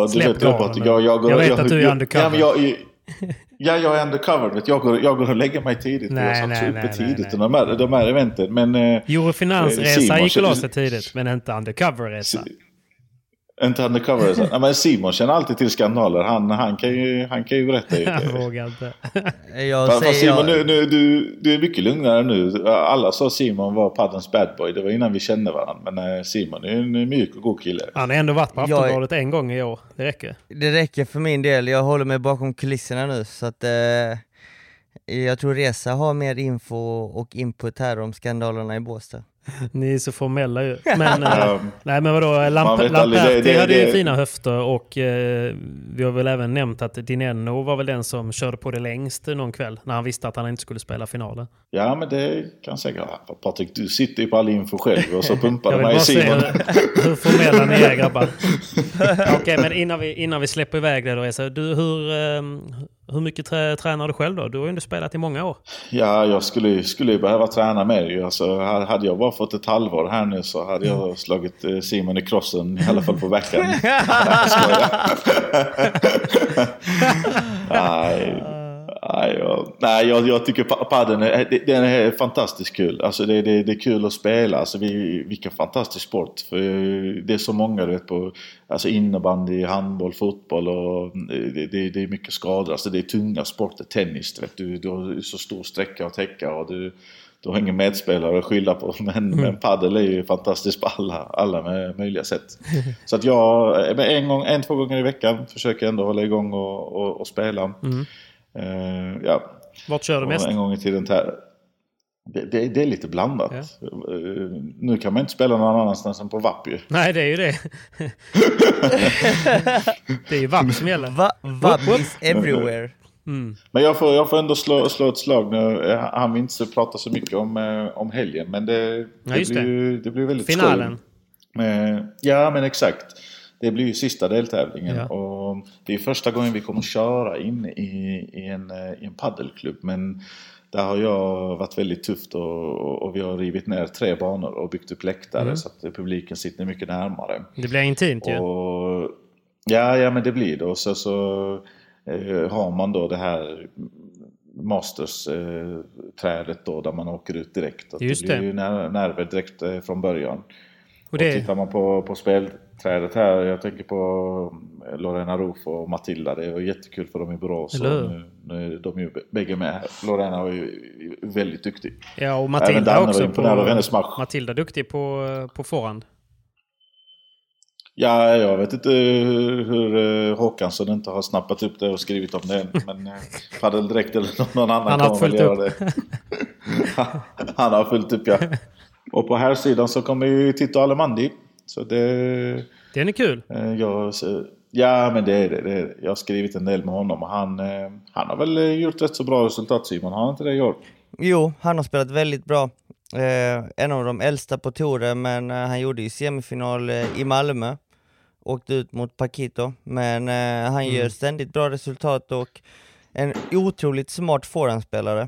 att du är undercover. Jag är undercover, jag går och lägger mig tidigt. Jag satt uppe tidigt de här eventen. Men Eurofinansresa gick och la sig tidigt, men inte undercover-resa. Inte undercover-resa. Nej, men Simon känner alltid till skandaler. Han kan ju berätta. Jag vågar inte. Simon, du är mycket lugnare nu. Alla sa Simon var paddens bad boy. Det var innan vi kände varandra. Men Simon är en mjuk och god kille. Han har ändå varit på Aftonbladet en gång i år. Det räcker. Det räcker för min del. Jag håller mig bakom kulisserna nu. Så att jag tror Resa har mer info och input här om skandalerna i Båstad. Ni är så formella ju. Men, nej, men vadå? Lamperti hade ju fina höfter, och vi har väl även nämnt att Dineno var väl den som körde på det längst någon kväll när han visste att han inte skulle spela finalen. Ja, men det kan säkert. Patrik, du sitter ju på all info själv och så pumpar mig i Simon. Hur formella ni är, grabbar. Okej, men innan vi släpper iväg det då, du, hur mycket tränar du själv då? Du har ju inte spelat i många år. Ja, jag skulle behöva träna mer. Alltså, hade jag bara fått ett halvår här nu så hade jag slagit Simon i crossen, i alla fall på veckan. Nej, jag tycker padden är fantastiskt kul. Alltså det är kul att spela. Alltså vilken fantastisk sport. För det är så många, du vet, på alltså innebandy, handboll, fotboll, och det är mycket skador. Alltså det är tunga sporter, tennis, vet du har så stor sträcka att täcka, och du har ingen medspelare att skylla på. Men paddel är ju fantastiskt på alla möjliga sätt. Så att jag 1-2 gånger i veckan försöker ändå hålla igång och spela. Vart kör du mest? En gång i tiden det är lite blandat. Ja. Nu kan man inte spela någon annanstans än på VAP ju. Nej, det är ju det. Det är ju VAP som gäller. VAP is everywhere. Men jag får ändå slå ett slag nu. Han vill inte prata så mycket om helgen, men det blir väldigt finalen. Ja, men exakt. Det blir ju sista deltävlingen och det är första gången vi kommer köra in i en paddelklubb, men där har jag varit väldigt tufft och vi har rivit ner 3 banor och byggt upp läktare så att publiken sitter mycket närmare. Det blir intimt ju. Ja, men det blir det. Och så har man då det här Masters-trädet då där man åker ut direkt. Det blir ju nerver direkt från början. Och tittar man på spelträdet här, jag tänker på Lorena Roof och Matilda, det var jättekul för dem i Borås. Nu är de ju bägge med här. Lorena var ju väldigt duktig. Ja, och Matilda också. Matilda duktig på förhand. Ja, jag vet inte hur Håkansson inte har snappat upp det och skrivit om det. Men Padel Direkt eller någon annan kommer väl göra det. Han har fullt upp, ja. Och på här sidan så kommer ju Tito Alemandi. Så det är kul. Ja, men det är det. Jag har skrivit en del med honom och han har väl gjort rätt så bra resultat, Simon. Har han inte det gjort? Jo, han har spelat väldigt bra. En av de äldsta på touren, men han gjorde ju semifinal i Malmö. Åkte ut mot Paquito. Men han gör ständigt bra resultat och en otroligt smart forehandspelare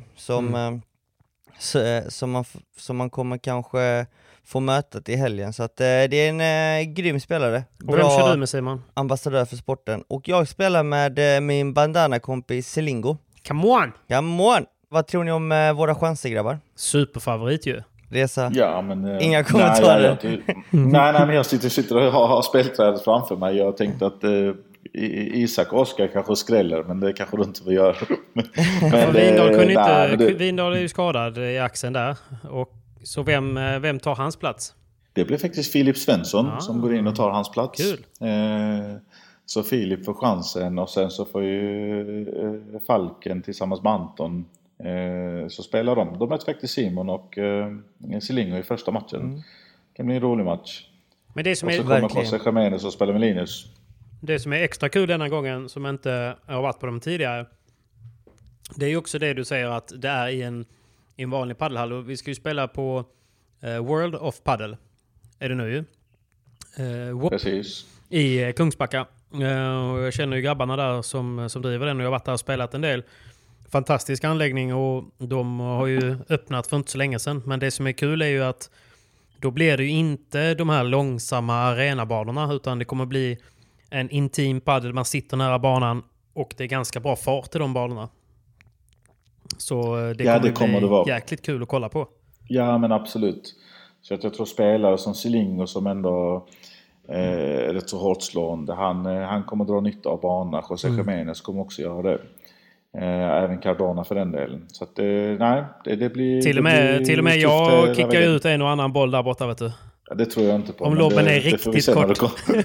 som man kommer kanske få möta i helgen. Så att det är en grym spelare. Och vem kör du med, Simon? Ambassadör för sporten. Och jag spelar med min bandana-kompis Selingo. Come on! Vad tror ni om våra chanser, grabbar? Superfavorit ju. Resa. Ja, men, inga kommentarer. Nej, men jag sitter och har spelträdet framför mig. Jag tänkte att Isak och Oskar kanske skräller, men det kanske du inte vill göra. Vindal är ju skadad i axeln där. Och så vem tar hans plats? Det blir faktiskt Filip Svensson som går in och tar hans plats. Kul. Så Filip får chansen och sen så får ju Falken tillsammans med Anton så spelar de. De möter faktiskt Simon och Selingo i första matchen. Det kan bli en rolig match. Men det som och så kommer José Jiménez och spelar med Linus. Det som är extra kul denna gången, som inte har varit på dem tidigare, det är ju också det du säger, att det är i en vanlig paddelhall. Och vi ska ju spela på World of Paddle. Är det nu ju? Precis. I Kungsbacka. Och jag känner ju grabbarna där som driver den, och jag har varit där och spelat en del. Fantastisk anläggning, och de har ju öppnat för inte så länge sedan. Men det som är kul är ju att då blir det ju inte de här långsamma arenabanorna, utan det kommer bli en intim paddel. Man sitter nära banan och det är ganska bra fart i de banorna. Så det kommer bli jäkligt kul att kolla på. Ja, men absolut. Så att jag tror spelare som Selingo, som ändå är rätt så hårt slående, han kommer dra nytta av banan. José Jiménez kommer också göra det. Även Cardona för den delen. Så att det blir... Till och med jag kickar ut en och annan boll där borta, vet du. Ja, det tror jag inte på. Om lobben är riktigt kort.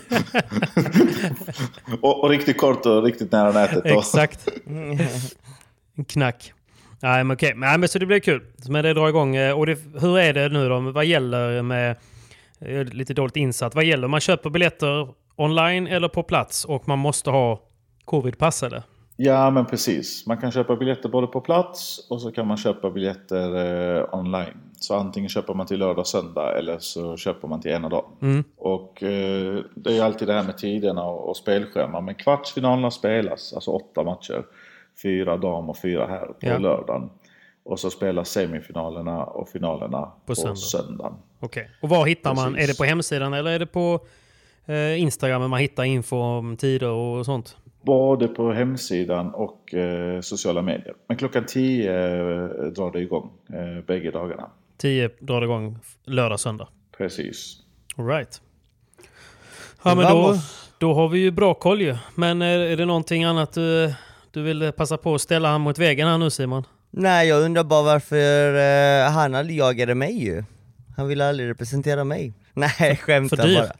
och riktigt kort och riktigt nära nätet. Då. Exakt. En knack. Nej, men okej. Nej, men så det blir kul. Men det drar igång. Och hur är det nu då? Vad gäller med... Lite dåligt insatt. Vad gäller? Man köper biljetter online eller på plats, och man måste ha covid-pass, eller? Ja, men precis. Man kan köpa biljetter både på plats och så kan man köpa biljetter online. Så antingen köper man till lördag och söndag, eller så köper man till ena dag. Och det är ju alltid det här med tiderna och spelschema. Men kvartsfinalerna spelas, alltså 8 matcher. 4 dam och 4 här på lördagen. Och så spelas semifinalerna och finalerna på söndagen. Okej. Och var hittar man? Är det på hemsidan eller är det på Instagram man hittar info om tider och sånt? Både på hemsidan och sociala medier. Men klockan 10 drar det igång bägge dagarna. 10 drar det igång lördag, söndag. Precis. All right. Ja, men då har vi ju bra koll ju. Men är det någonting annat du vill passa på att ställa han mot väggen här nu, Simon? Nej, jag undrar bara varför han aldrig jagade mig ju. Han ville aldrig representera mig. Nej, skämta bara.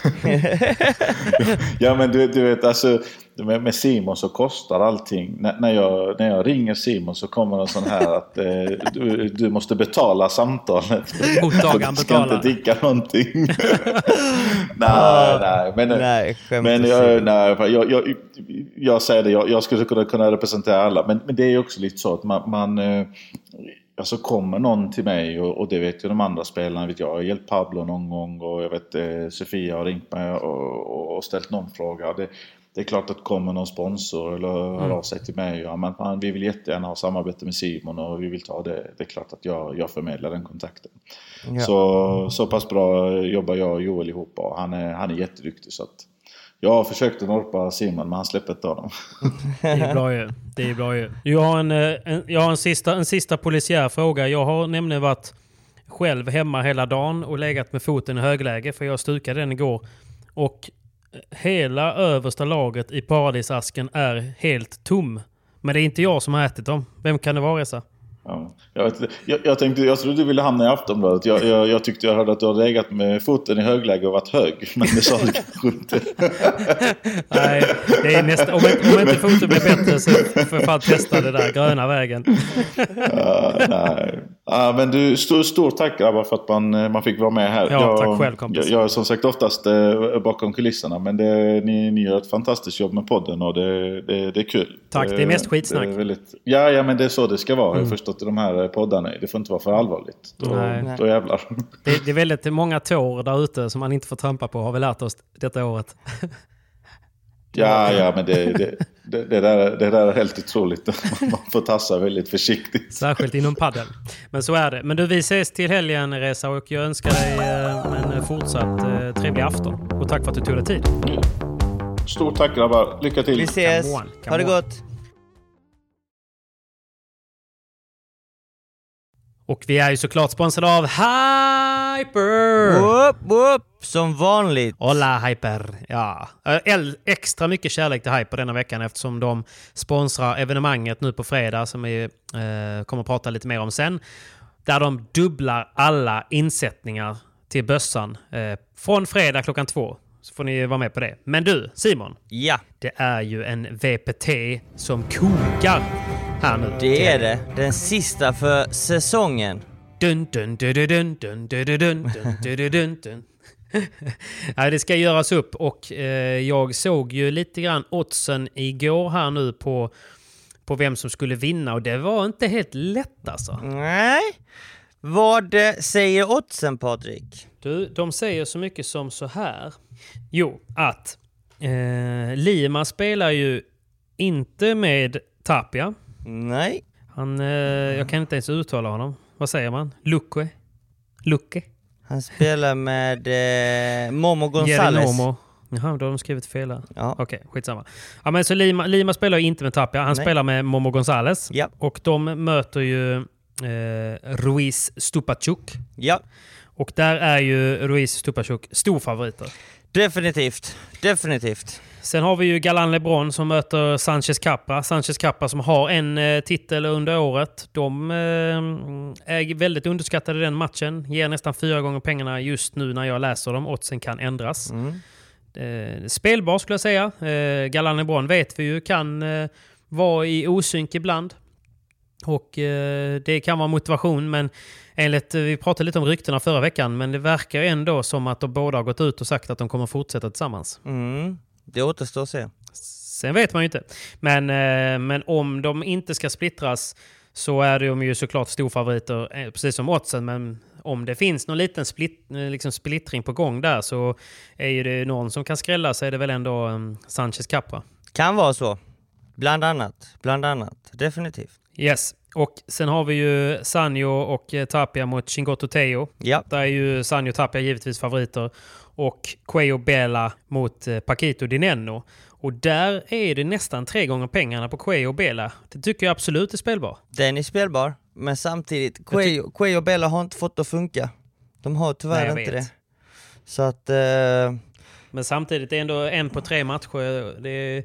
Ja, men du vet, alltså med Simon så kostar allting. När jag ringer Simon så kommer det sån här att du måste betala samtalet. Mottagaren du ska betalar. inte dricka någonting. Jag säger det, jag skulle kunna representera alla. Men det är också lite så att man alltså kommer någon till mig och det vet ju de andra spelarna, vet jag har hjälpt Pablo någon gång och jag vet Sofia har ringt mig och ställt någon fråga. Det är klart att kommer någon sponsor eller hör av sig till mig, ja, men vi vill jättegärna ha samarbete med Simon och vi vill ta det. Det är klart att jag förmedlar den kontakten. Ja. Så pass bra jobbar jag och Joel ihop och han är jätteduktig, så att jag har försökt att norpa Simon, men han släpper inte honom. Det är bra ju. Jag har en sista polisiär fråga. Jag har nämligen varit själv hemma hela dagen och legat med foten i högläge, för jag stukade den igår. Och hela översta lagret i paradisasken är helt tom. Men det är inte jag som har ätit dem. Vem kan det vara, Reza? Ja. Jag trodde du ville hamna i Aftonbladet. Jag tyckte jag hörde att du har legat med foten i högläge och varit hög. Men det sa du kanske inte. Nej, det är nästan, om inte foten blir bättre så får jag fan testa det där gröna vägen. Nej. Men du, stort tack grabbar för att man fick vara med här. Ja, tack själv, kompis. Jag är som sagt oftast bakom kulisserna, men ni gör ett fantastiskt jobb med podden och det är kul. Tack, det är mest skitsnack. Ja, men det är så det ska vara. Jag har förstått i de här poddarna. Det får inte vara för allvarligt. Då jävlar. Det är väldigt många tår där ute som man inte får trampa på, har vi lärt oss detta året. Ja, men det där är helt otroligt. Man får tassa väldigt försiktigt. Särskilt inom padel. Men så är det. Men du, vi ses till helgen, Reza, och jag önskar dig en fortsatt trevlig afton. Och tack för att du tog dig tid. Stort tack grabbar. Lycka till. Vi ses. Ha det gott. Och vi är ju såklart sponsrade av Hyper! Whoop, som vanligt. Hola Hyper! Ja. Extra mycket kärlek till Hyper denna veckan eftersom de sponsrar evenemanget nu på fredag som vi kommer att prata lite mer om sen. Där de dubblar alla insättningar till bössan från fredag 2:00. Så får ni vara med på det. Men du, Simon. Ja. Det är ju en VPT som kokar här nu. Det är det. Den sista för säsongen. Dun dun dun dun dun dun dun dun dun dun dun. Ja, det ska göras upp och jag såg ju lite grann oddsen igår här nu på vem som skulle vinna och det var inte helt lätt alltså. Nej. Vad säger oddsen, Patrik? Du, de säger så mycket som så här. Jo, att Lima spelar ju inte med Tapia. Nej. Jag kan inte ens uttala honom. Vad säger man? Lucke? Han spelar med Momo Gonzales. Momo. Jaha, då har de skrivit fel här. Ja. Okej, skitsamma. Ja, men så Lima spelar ju inte med Tapia. Han spelar med Momo Gonzales. Ja. Och de möter ju Ruiz Stupacuk. Ja. Och där är ju Ruiz Stupacuk storfavoriter. Definitivt. Sen har vi ju Galan LeBron som möter Sanchez Capra. Sanchez Capra som har en titel under året. De är väldigt underskattade i den matchen. Ger nästan 4 gånger pengarna just nu när jag läser dem. Oddsen kan ändras. Spelbar skulle jag säga. Galan LeBron vet vi ju kan vara i osynk ibland. Och det kan vara motivation, men vi pratade lite om ryktena förra veckan, men det verkar ändå som att de båda har gått ut och sagt att de kommer fortsätta tillsammans. Det återstår att se. Sen vet man ju inte. Men om de inte ska splittras så är de ju såklart storfavoriter, precis som oddsen, men om det finns någon liten splittring på gång där så är ju det någon som kan skrälla, så är det väl ändå Sanchez Capra. Kan vara så. Bland annat. Definitivt. Yes. Och sen har vi ju Sanyo och Tapia mot Chingoto Teo. Ja. Där är ju Sanyo och Tapia givetvis favoriter. Och Cuello Bela mot Paquito Dinenno. Och där är det nästan 3 gånger pengarna på Cuello Bela. Det tycker jag absolut är spelbar. Den är spelbar. Men samtidigt, Cuello Bela har inte fått att funka. De har tyvärr inte det. Så att... Men samtidigt är det ändå 1 på 3 matcher.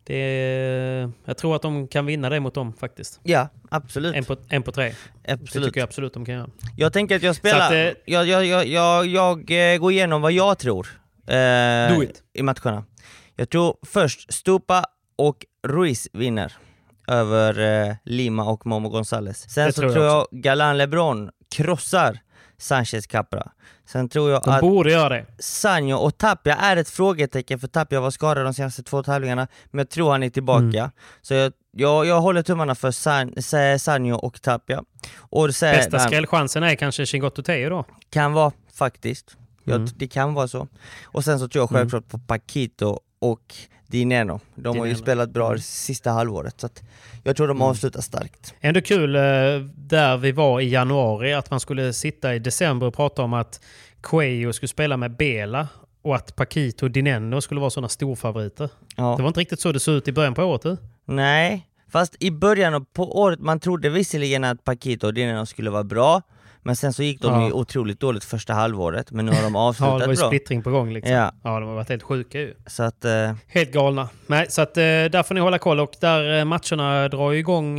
Jag tror att de kan vinna det mot dem faktiskt. Ja, absolut. En på 3. Absolut. Det tycker jag absolut de kan göra. Jag tänker att jag spelar... Jag går igenom vad jag tror i matcherna. Jag tror först Stupa och Ruiz vinner över Lima och Momo González. Sen så tror jag Galan Lebron krossar Sanchez Capra. Sen tror jag de borde göra det. Sanjo och Tapia är ett frågetecken, för Tapia var skadad de senaste 2 tävlingarna, men jag tror han är tillbaka. Så jag håller tummarna för Sanjo och Tapia. Och bästa skrällchansen är kanske Chingoto Teo då. Kan vara faktiskt. Det kan vara så. Och sen så tror jag självklart på Paquito och Dineno. De har ju spelat bra det sista halvåret, så att jag tror de avslutar starkt. Ändå kul där vi var i januari att man skulle sitta i december och prata om att Cuello skulle spela med Bela och att Paquito och Dineno skulle vara sådana storfavoriter. Ja. Det var inte riktigt så det såg ut i början på året. Nej, fast i början på året man trodde visserligen att Paquito och Dineno skulle vara bra. Men sen så gick de ju otroligt dåligt första halvåret. Men nu har de avslutat bra. Ja, det var ju splittring på gång liksom. Ja, de har varit helt sjuka ju. Så att, helt galna. Nej, så att där får ni hålla koll. Och där matcherna drar ju igång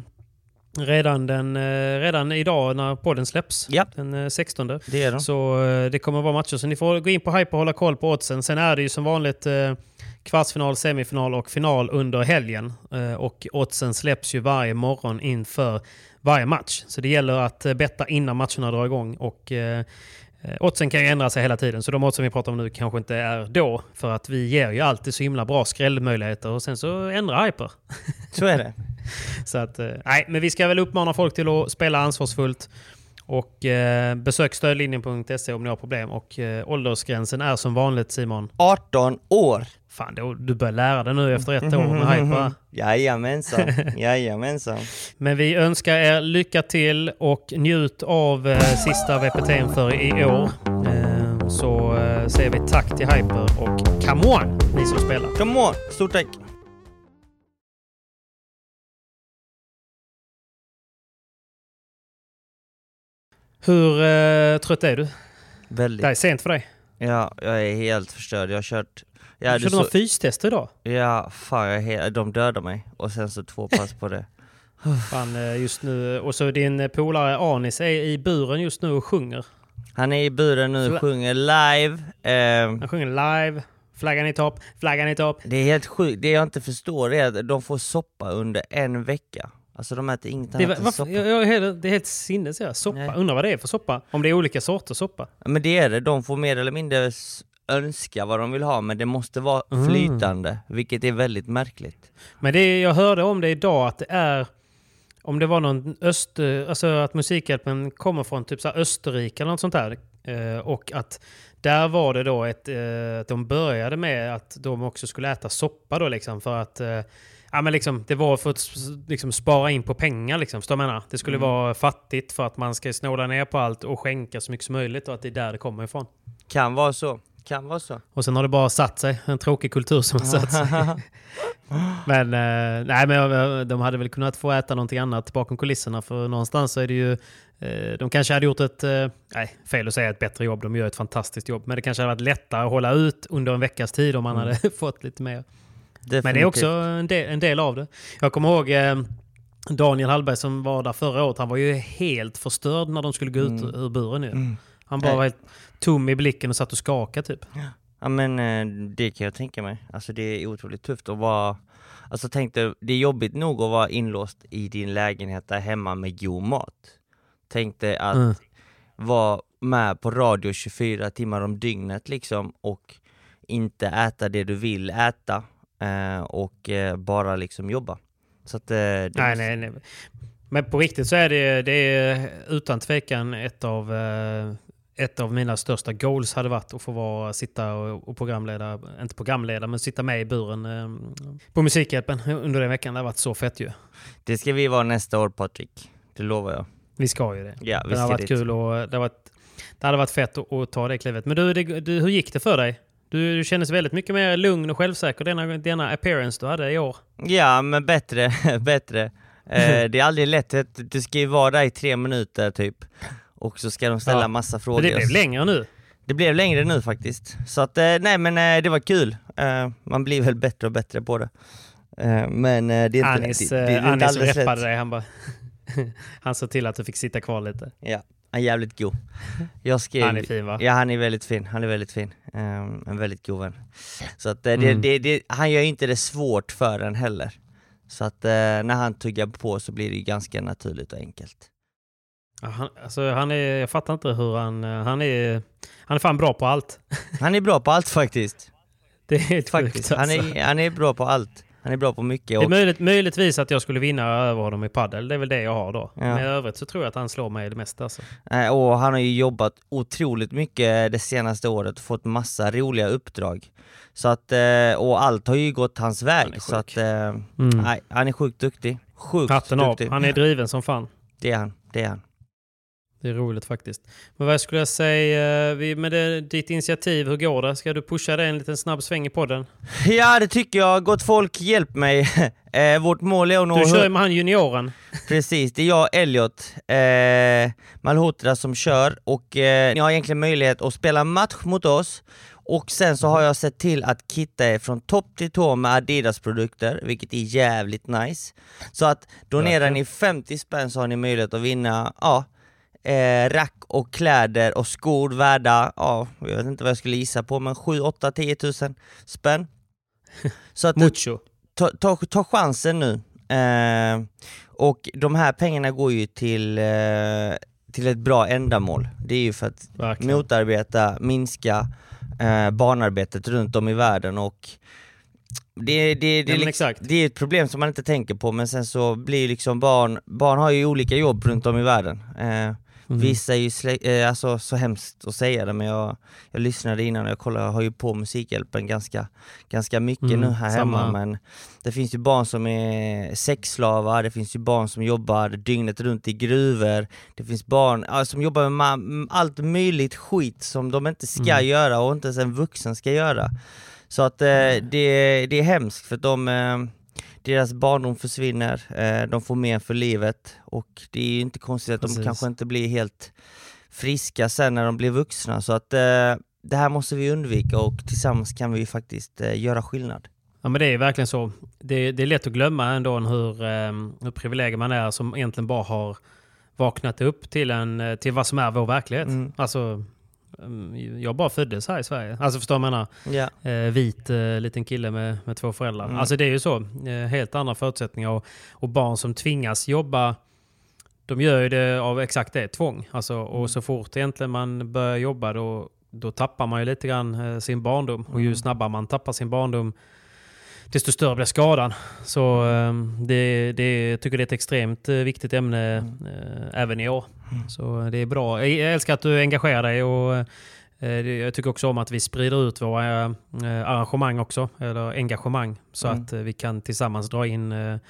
redan idag när podden släpps. Ja. Den 16. Det är de. Så det kommer vara matcher. Så ni får gå in på Hyper och hålla koll på oddsen. Sen är det ju som vanligt kvartsfinal, semifinal och final under helgen. Och oddsen släpps ju varje morgon inför varje match. Så det gäller att betta innan matcherna drar igång. Och oddsen kan ju ändra sig hela tiden. Så de odds som vi pratar om nu kanske inte är då. För att vi ger ju alltid så himla bra skrällmöjligheter. Och sen så ändrar Hyper. Så är det. Så att, nej, men vi ska väl uppmana folk till att spela ansvarsfullt. Och besök stödlinjen.se om ni har problem. Och åldersgränsen är som vanligt, Simon. 18 år. Fan, du börjar lära dig nu efter 1 år med Hyper. Jajamensan. Men vi önskar er lycka till och njut av sista VPT:n för i år. Så säger vi tack till Hyper och come on, ni som spelar. Come on, stort tack. Hur trött är du? Väldigt. Det är sent för dig. Ja, jag är helt förstörd. Jag har kört... Du körde några fystester idag? Ja, fan, de dödar mig. Och sen så 2 pass på det. Fan, just nu. Och så din polare Anis är i buren just nu och sjunger. Han är i buren nu och sjunger live. Han sjunger live. Flaggan i topp. Det är helt sjukt. Det jag inte förstår är att de får soppa under 1 vecka. Alltså de äter inget annat än soppa. Det är helt sinnes. Soppa. Nej. Undrar vad det är för soppa. Om det är olika sorters soppa. Men det är det. De får mer eller mindre önska vad de vill ha. Men det måste vara flytande. Vilket är väldigt märkligt. Men jag hörde om det idag att det är... Om det var någon alltså att Musikhjälpen kommer från typ så här Österrike eller något sånt där. Och att där var det då att de började med att de också skulle äta soppa då liksom. För att... Ja, men liksom, det var för att liksom spara in på pengar. Liksom, så jag menar, det skulle vara fattigt för att man ska snåla ner på allt och skänka så mycket som möjligt och att det är där det kommer ifrån. Kan vara så. Och sen har det bara satt sig. En tråkig kultur som har satt sig. Men, men de hade väl kunnat få äta någonting annat bakom kulisserna. För någonstans så är det ju... de kanske hade gjort fel att säga ett bättre jobb. De gör ett fantastiskt jobb. Men det kanske hade varit lättare att hålla ut under en veckas tid om man hade fått lite mer. Definitivt. Men det är också en del av det. Jag kommer ihåg Daniel Hallberg som var där förra året. Han var ju helt förstörd när de skulle gå ut ur buren nu. Han bara var helt tom i blicken och satt och skakade typ. Ja, men det kan jag tänka mig. Alltså det är otroligt tufft att vara... Alltså tänkte, det är jobbigt nog att vara inlåst i din lägenhet där hemma med god mat. Tänkte att vara med på radio 24 timmar om dygnet liksom och inte äta det du vill äta. Och bara liksom jobba. Så att, nej. Men på riktigt så är det är utan tvekan ett av mina största goals hade varit att få sitta och programleda, inte programleda men sitta med i buren på Musikhjälpen under den veckan. Det har varit så fett ju. Det ska vi vara nästa år, Patrik. Det lovar jag. Vi ska ju det. Ja, det har varit kul och det hade varit fett att ta det klivet. Men du, hur gick det för dig? Du kändes väldigt mycket mer lugn och självsäker denna appearance du hade i år. Ja, men bättre. Det är aldrig lätt. Du ska ju vara där i 3 minuter typ. Och så ska de ställa massa frågor. Men det blev längre nu. Det blev längre nu faktiskt. Så att, nej men det var kul. Man blir väl bättre och bättre på det. Men det är inte... Anis räppade dig, han bara... Han såg till att du fick sitta kvar lite. Ja, han är jävligt god. Han är fin, va? Ja, han är väldigt fin. En väldigt god vän. Så att han gör inte det svårt för en heller. Så att när han tuggar på så blir det ju ganska naturligt och enkelt. Ja, jag fattar inte hur han är fan bra på allt. Han är bra på allt faktiskt. Det är helt faktiskt. Alltså. Han är bra på allt. Han är bra på mycket. Det är möjligtvis att jag skulle vinna över honom i paddel. Det är väl det jag har då. Ja. Men i övrigt så tror jag att han slår mig det mesta. Alltså. Och han har ju jobbat otroligt mycket det senaste året och fått massa roliga uppdrag. Så att, och allt har ju gått hans väg. Så att, nej, han är sjukt duktig. Hatten duktig. Av. Han är driven som fan. Det är han. Det är roligt faktiskt. Men vad skulle jag säga, med ditt initiativ, hur går det? Ska du pusha det en liten snabb sväng i podden? Ja, det tycker jag. Gott folk, hjälp mig. Vårt mål är att nå... Du kör med han junioren. Precis, det är jag, Elliot Malhotra som kör. Och ni har egentligen möjlighet att spela match mot oss. Och sen så har jag sett till att kitta er från topp till tå med Adidas-produkter, vilket är jävligt nice. Så att donerar ni 50 spänn så har ni möjlighet att vinna... rack och kläder och skor värda, jag vet inte vad jag skulle gissa på, men 7, 8, 10 000 spänn. Så att ta chansen nu. Och de här pengarna går ju till ett bra ändamål. Det är ju för att motarbeta, minska barnarbetet runt om i världen. Och det är ett problem som man inte tänker på, men sen så blir liksom barn har ju olika jobb runt om i världen. Vissa är ju alltså så hemskt att säga det, men jag lyssnade innan och jag har ju på Musikhjälpen ganska mycket nu här hemma, men det finns ju barn som är sexslavar, det finns ju barn som jobbar dygnet runt i gruvor, det finns barn som jobbar med allt möjligt skit som de inte ska göra och inte ens en vuxen ska göra. Så att det är hemskt för att deras barndom försvinner, de får mer för livet och det är ju inte konstigt att de kanske inte blir helt friska sen när de blir vuxna. Så att det här måste vi undvika och tillsammans kan vi faktiskt göra skillnad. Ja, men det är verkligen så. Det är lätt att glömma ändå hur privilegier man är som egentligen bara har vaknat upp till vad som är vår verklighet. Alltså... Jag bara föddes här i Sverige. Alltså förstår man vit liten kille med 2 föräldrar. Alltså det är ju så. Helt andra förutsättningar. Och barn som tvingas jobba, de gör ju det av exakt det, tvång. Alltså, och så fort egentligen man börjar jobba då tappar man ju lite grann sin barndom. Och ju snabbare man tappar sin barndom, desto större blir skadan. Så jag tycker det är ett extremt viktigt ämne även i år. Så det är bra. Jag älskar att du engagerar dig och jag tycker också om att vi sprider ut våra arrangemang också, eller engagemang, så att vi kan tillsammans dra in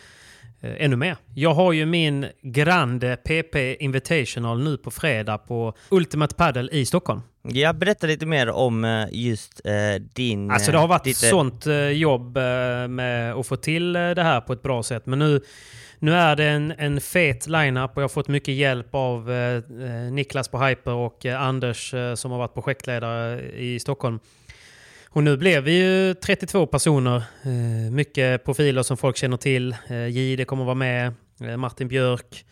ännu mer. Jag har ju min Grande PP Invitational nu på fredag på Ultimate Padel i Stockholm. Jag berättar lite mer om just din... Alltså det har varit sånt jobb med att få till det här på ett bra sätt. Men nu är det en fet line-up och jag har fått mycket hjälp av Niklas på Hyper och Anders som har varit projektledare i Stockholm. Och nu blev vi ju 32 personer, mycket profiler som folk känner till. Jide kommer vara med, Martin Björk,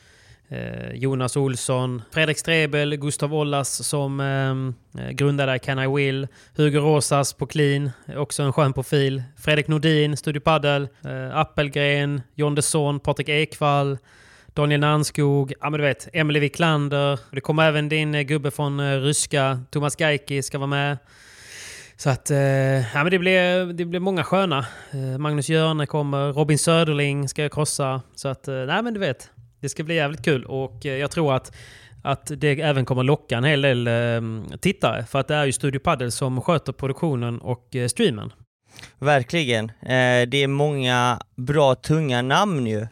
Jonas Olsson, Fredrik Strebel, Gustav Ollas som grundade Can I Will, Hugo Rosas på Clean, också en skön profil, Fredrik Nordin, Studio Paddel, Appelgren, John Desson, Patrik Ekvall, Daniel Nanskog, ja men du vet, Emily Wiklander. Det kommer även din gubbe från ryska, Thomas Gaiki ska vara med. Så att ja, men det blir många sköna. Magnus Jörne kommer, Robin Söderling ska jag krossa. Så att nej men du vet, det ska bli jävligt kul och jag tror att det även kommer locka en hel del tittare, för att det är ju Studio Paddel som sköter produktionen och streamen. Verkligen. Det är många bra tunga namn ju.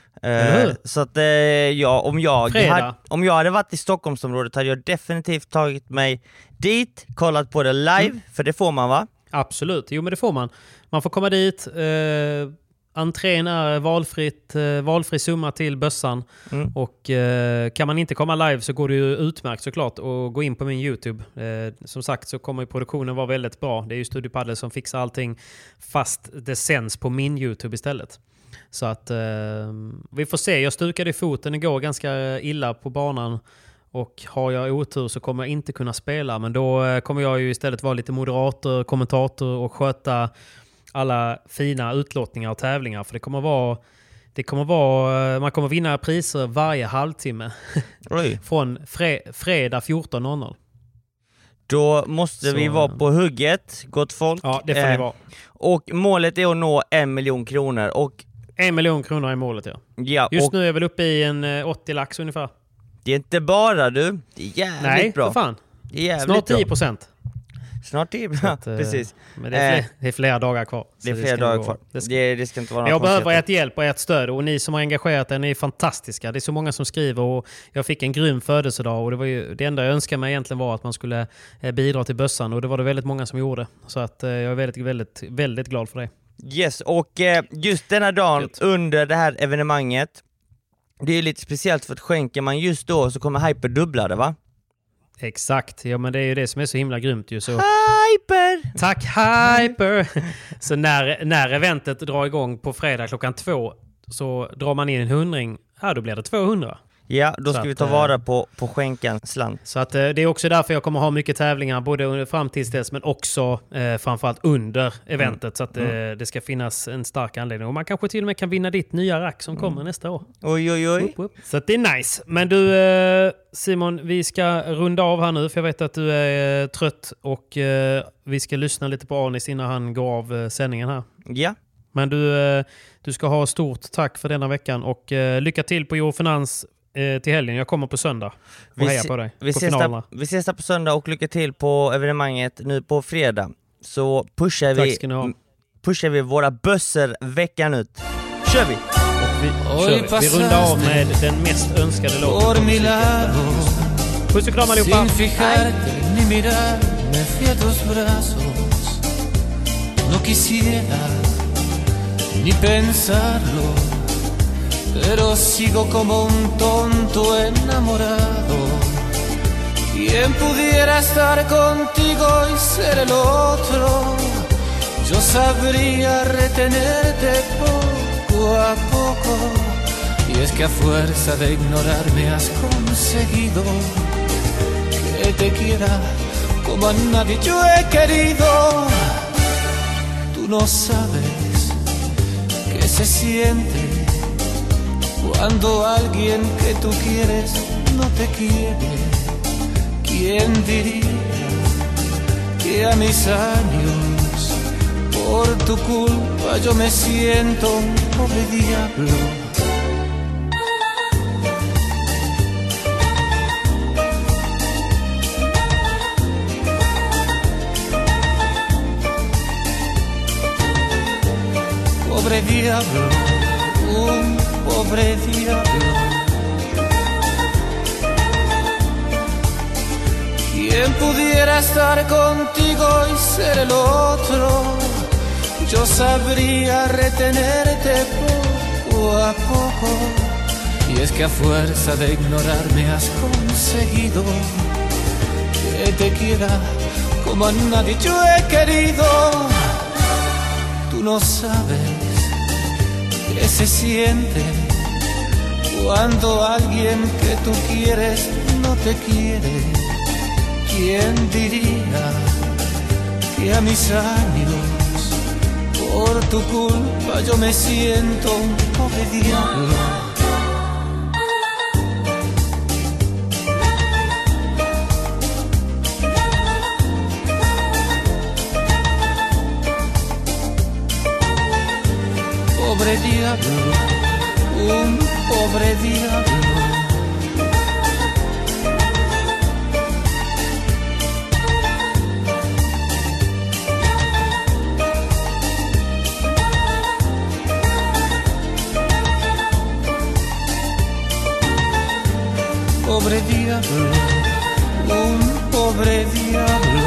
Så att om jag hade varit i Stockholmsområdet hade jag definitivt tagit mig dit, kollat på det live, för det får man, va? Absolut, jo men det får man. Man får komma dit, entrén är valfri summa till bössan. Och kan man inte komma live så går det ju utmärkt såklart att gå in på min YouTube. Som sagt så kommer produktionen vara väldigt bra. Det är ju Studio Padel som fixar allting fast det sänds på min YouTube istället. Så att vi får se. Jag stukade i foten igår ganska illa på banan. Och har jag otur så kommer jag inte kunna spela. Men då kommer jag ju istället vara lite moderator, kommentator och sköta alla fina utlottningar och tävlingar. För det kommer vara man kommer vinna priser varje halvtimme. Från fredag 14.00. Då måste vi vara på hugget, gott folk. Ja, det får vi vara. Och målet är att nå 1 miljon kronor. Och 1 miljon kronor är målet, ja. Just nu är jag väl uppe i en 80 lax ungefär. Det är inte bara du. Det är jävligt bra. Nej, för fan. Det är snart 10%. Snart 10%, precis. Men det är flera dagar kvar. Det är flera dagar kvar. Det ska inte vara något. Jag behöver ert hjälp och ert stöd. Och ni som har engagerat er, ni är fantastiska. Det är så många som skriver och jag fick en grym födelsedag. Och det enda jag önskade mig egentligen var att man skulle bidra till bössan. Och det var det väldigt många som gjorde. Så att jag är väldigt, väldigt, väldigt glad för det. Yes, och just denna dagen under det här evenemanget, det är lite speciellt för att skänker man just då så kommer Hyper dubbla det, va? Exakt, ja men det är ju det som är så himla grymt ju. Så... Hyper! Tack Hyper! Så när eventet drar igång på fredag 2:00 så drar man in en 100, då blir det 200. Ja, då ska vi ta vara på skänkans slant. Så att det är också därför jag kommer ha mycket tävlingar både fram tills dess men också framförallt under eventet så att det ska finnas en stark anledning. Och man kanske till och med kan vinna ditt nya rack som kommer nästa år. Oj. Så att det är nice. Men du Simon, vi ska runda av här nu för jag vet att du är trött och vi ska lyssna lite på Anis innan han går av sändningen här. Ja. Men du ska ha stort tack för denna veckan och lycka till på Eurofinans till helgen. Jag kommer på söndag och heja på dig på finalerna. Vi ses där på söndag och lycka till på evenemanget nu på fredag. Så pushar vi våra bösser veckan ut. Kör vi! Vi rundar av med den mest önskade låten. Puss och kram allihopa! Ni pensarlo, pero sigo como un tonto enamorado. ¿Quién pudiera estar contigo y ser el otro? Yo sabría retenerte poco a poco. Y es que a fuerza de ignorarme has conseguido que te quiera como a nadie yo he querido. Tú no sabes qué se siente cuando alguien que tú quieres no te quiere. ¿Quién diría que a mis años por tu culpa yo me siento un pobre diablo? Pobre diablo, un pobre diablo. ¿Quién pudiera estar contigo y ser el otro? Yo sabría retenerte poco a poco. Y es que a fuerza de ignorarme has conseguido que te quiera como a nadie yo he querido. Tú no sabes qué se siente cuando alguien que tú quieres no te quiere. ¿Quién diría que a mis años por tu culpa yo me siento un pobre diablo? Pobre diablo, un pobre diablo. Pobre diablo, un pobre diablo.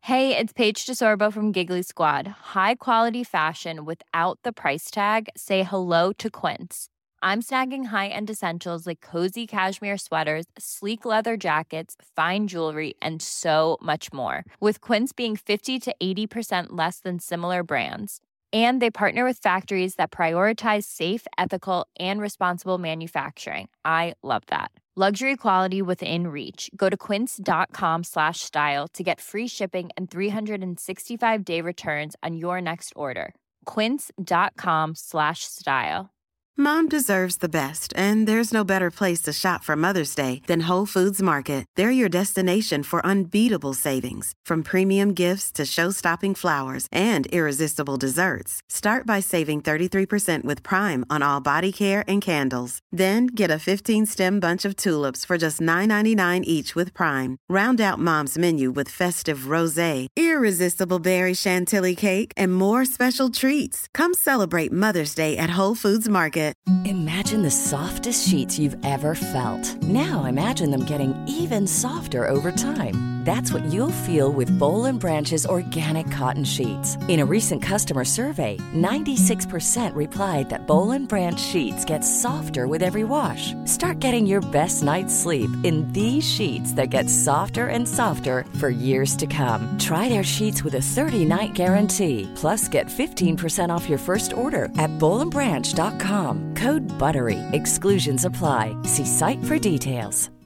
Hey, it's Paige DeSorbo from Giggly Squad. High quality fashion without the price tag. Say hello to Quince. I'm snagging high-end essentials like cozy cashmere sweaters, sleek leather jackets, fine jewelry, and so much more. With Quince being 50 to 80% less than similar brands. And they partner with factories that prioritize safe, ethical, and responsible manufacturing. I love that. Luxury quality within reach. Go to quince.com/style to get free shipping and 365-day returns on your next order. Quince.com/style. Mom deserves the best, and there's no better place to shop for Mother's Day than Whole Foods Market. They're your destination for unbeatable savings, from premium gifts to show-stopping flowers and irresistible desserts. Start by saving 33% with Prime on all body care and candles. Then get a 15-stem bunch of tulips for just $9.99 each with Prime. Round out Mom's menu with festive rosé, irresistible berry chantilly cake, and more special treats. Come celebrate Mother's Day at Whole Foods Market. Imagine the softest sheets you've ever felt. Now imagine them getting even softer over time. That's what you'll feel with Boll & Branch's organic cotton sheets. In a recent customer survey, 96% replied that Boll & Branch sheets get softer with every wash. Start getting your best night's sleep in these sheets that get softer and softer for years to come. Try their sheets with a 30-night guarantee. Plus, get 15% off your first order at bollandbranch.com. Code BUTTERY. Exclusions apply. See site for details.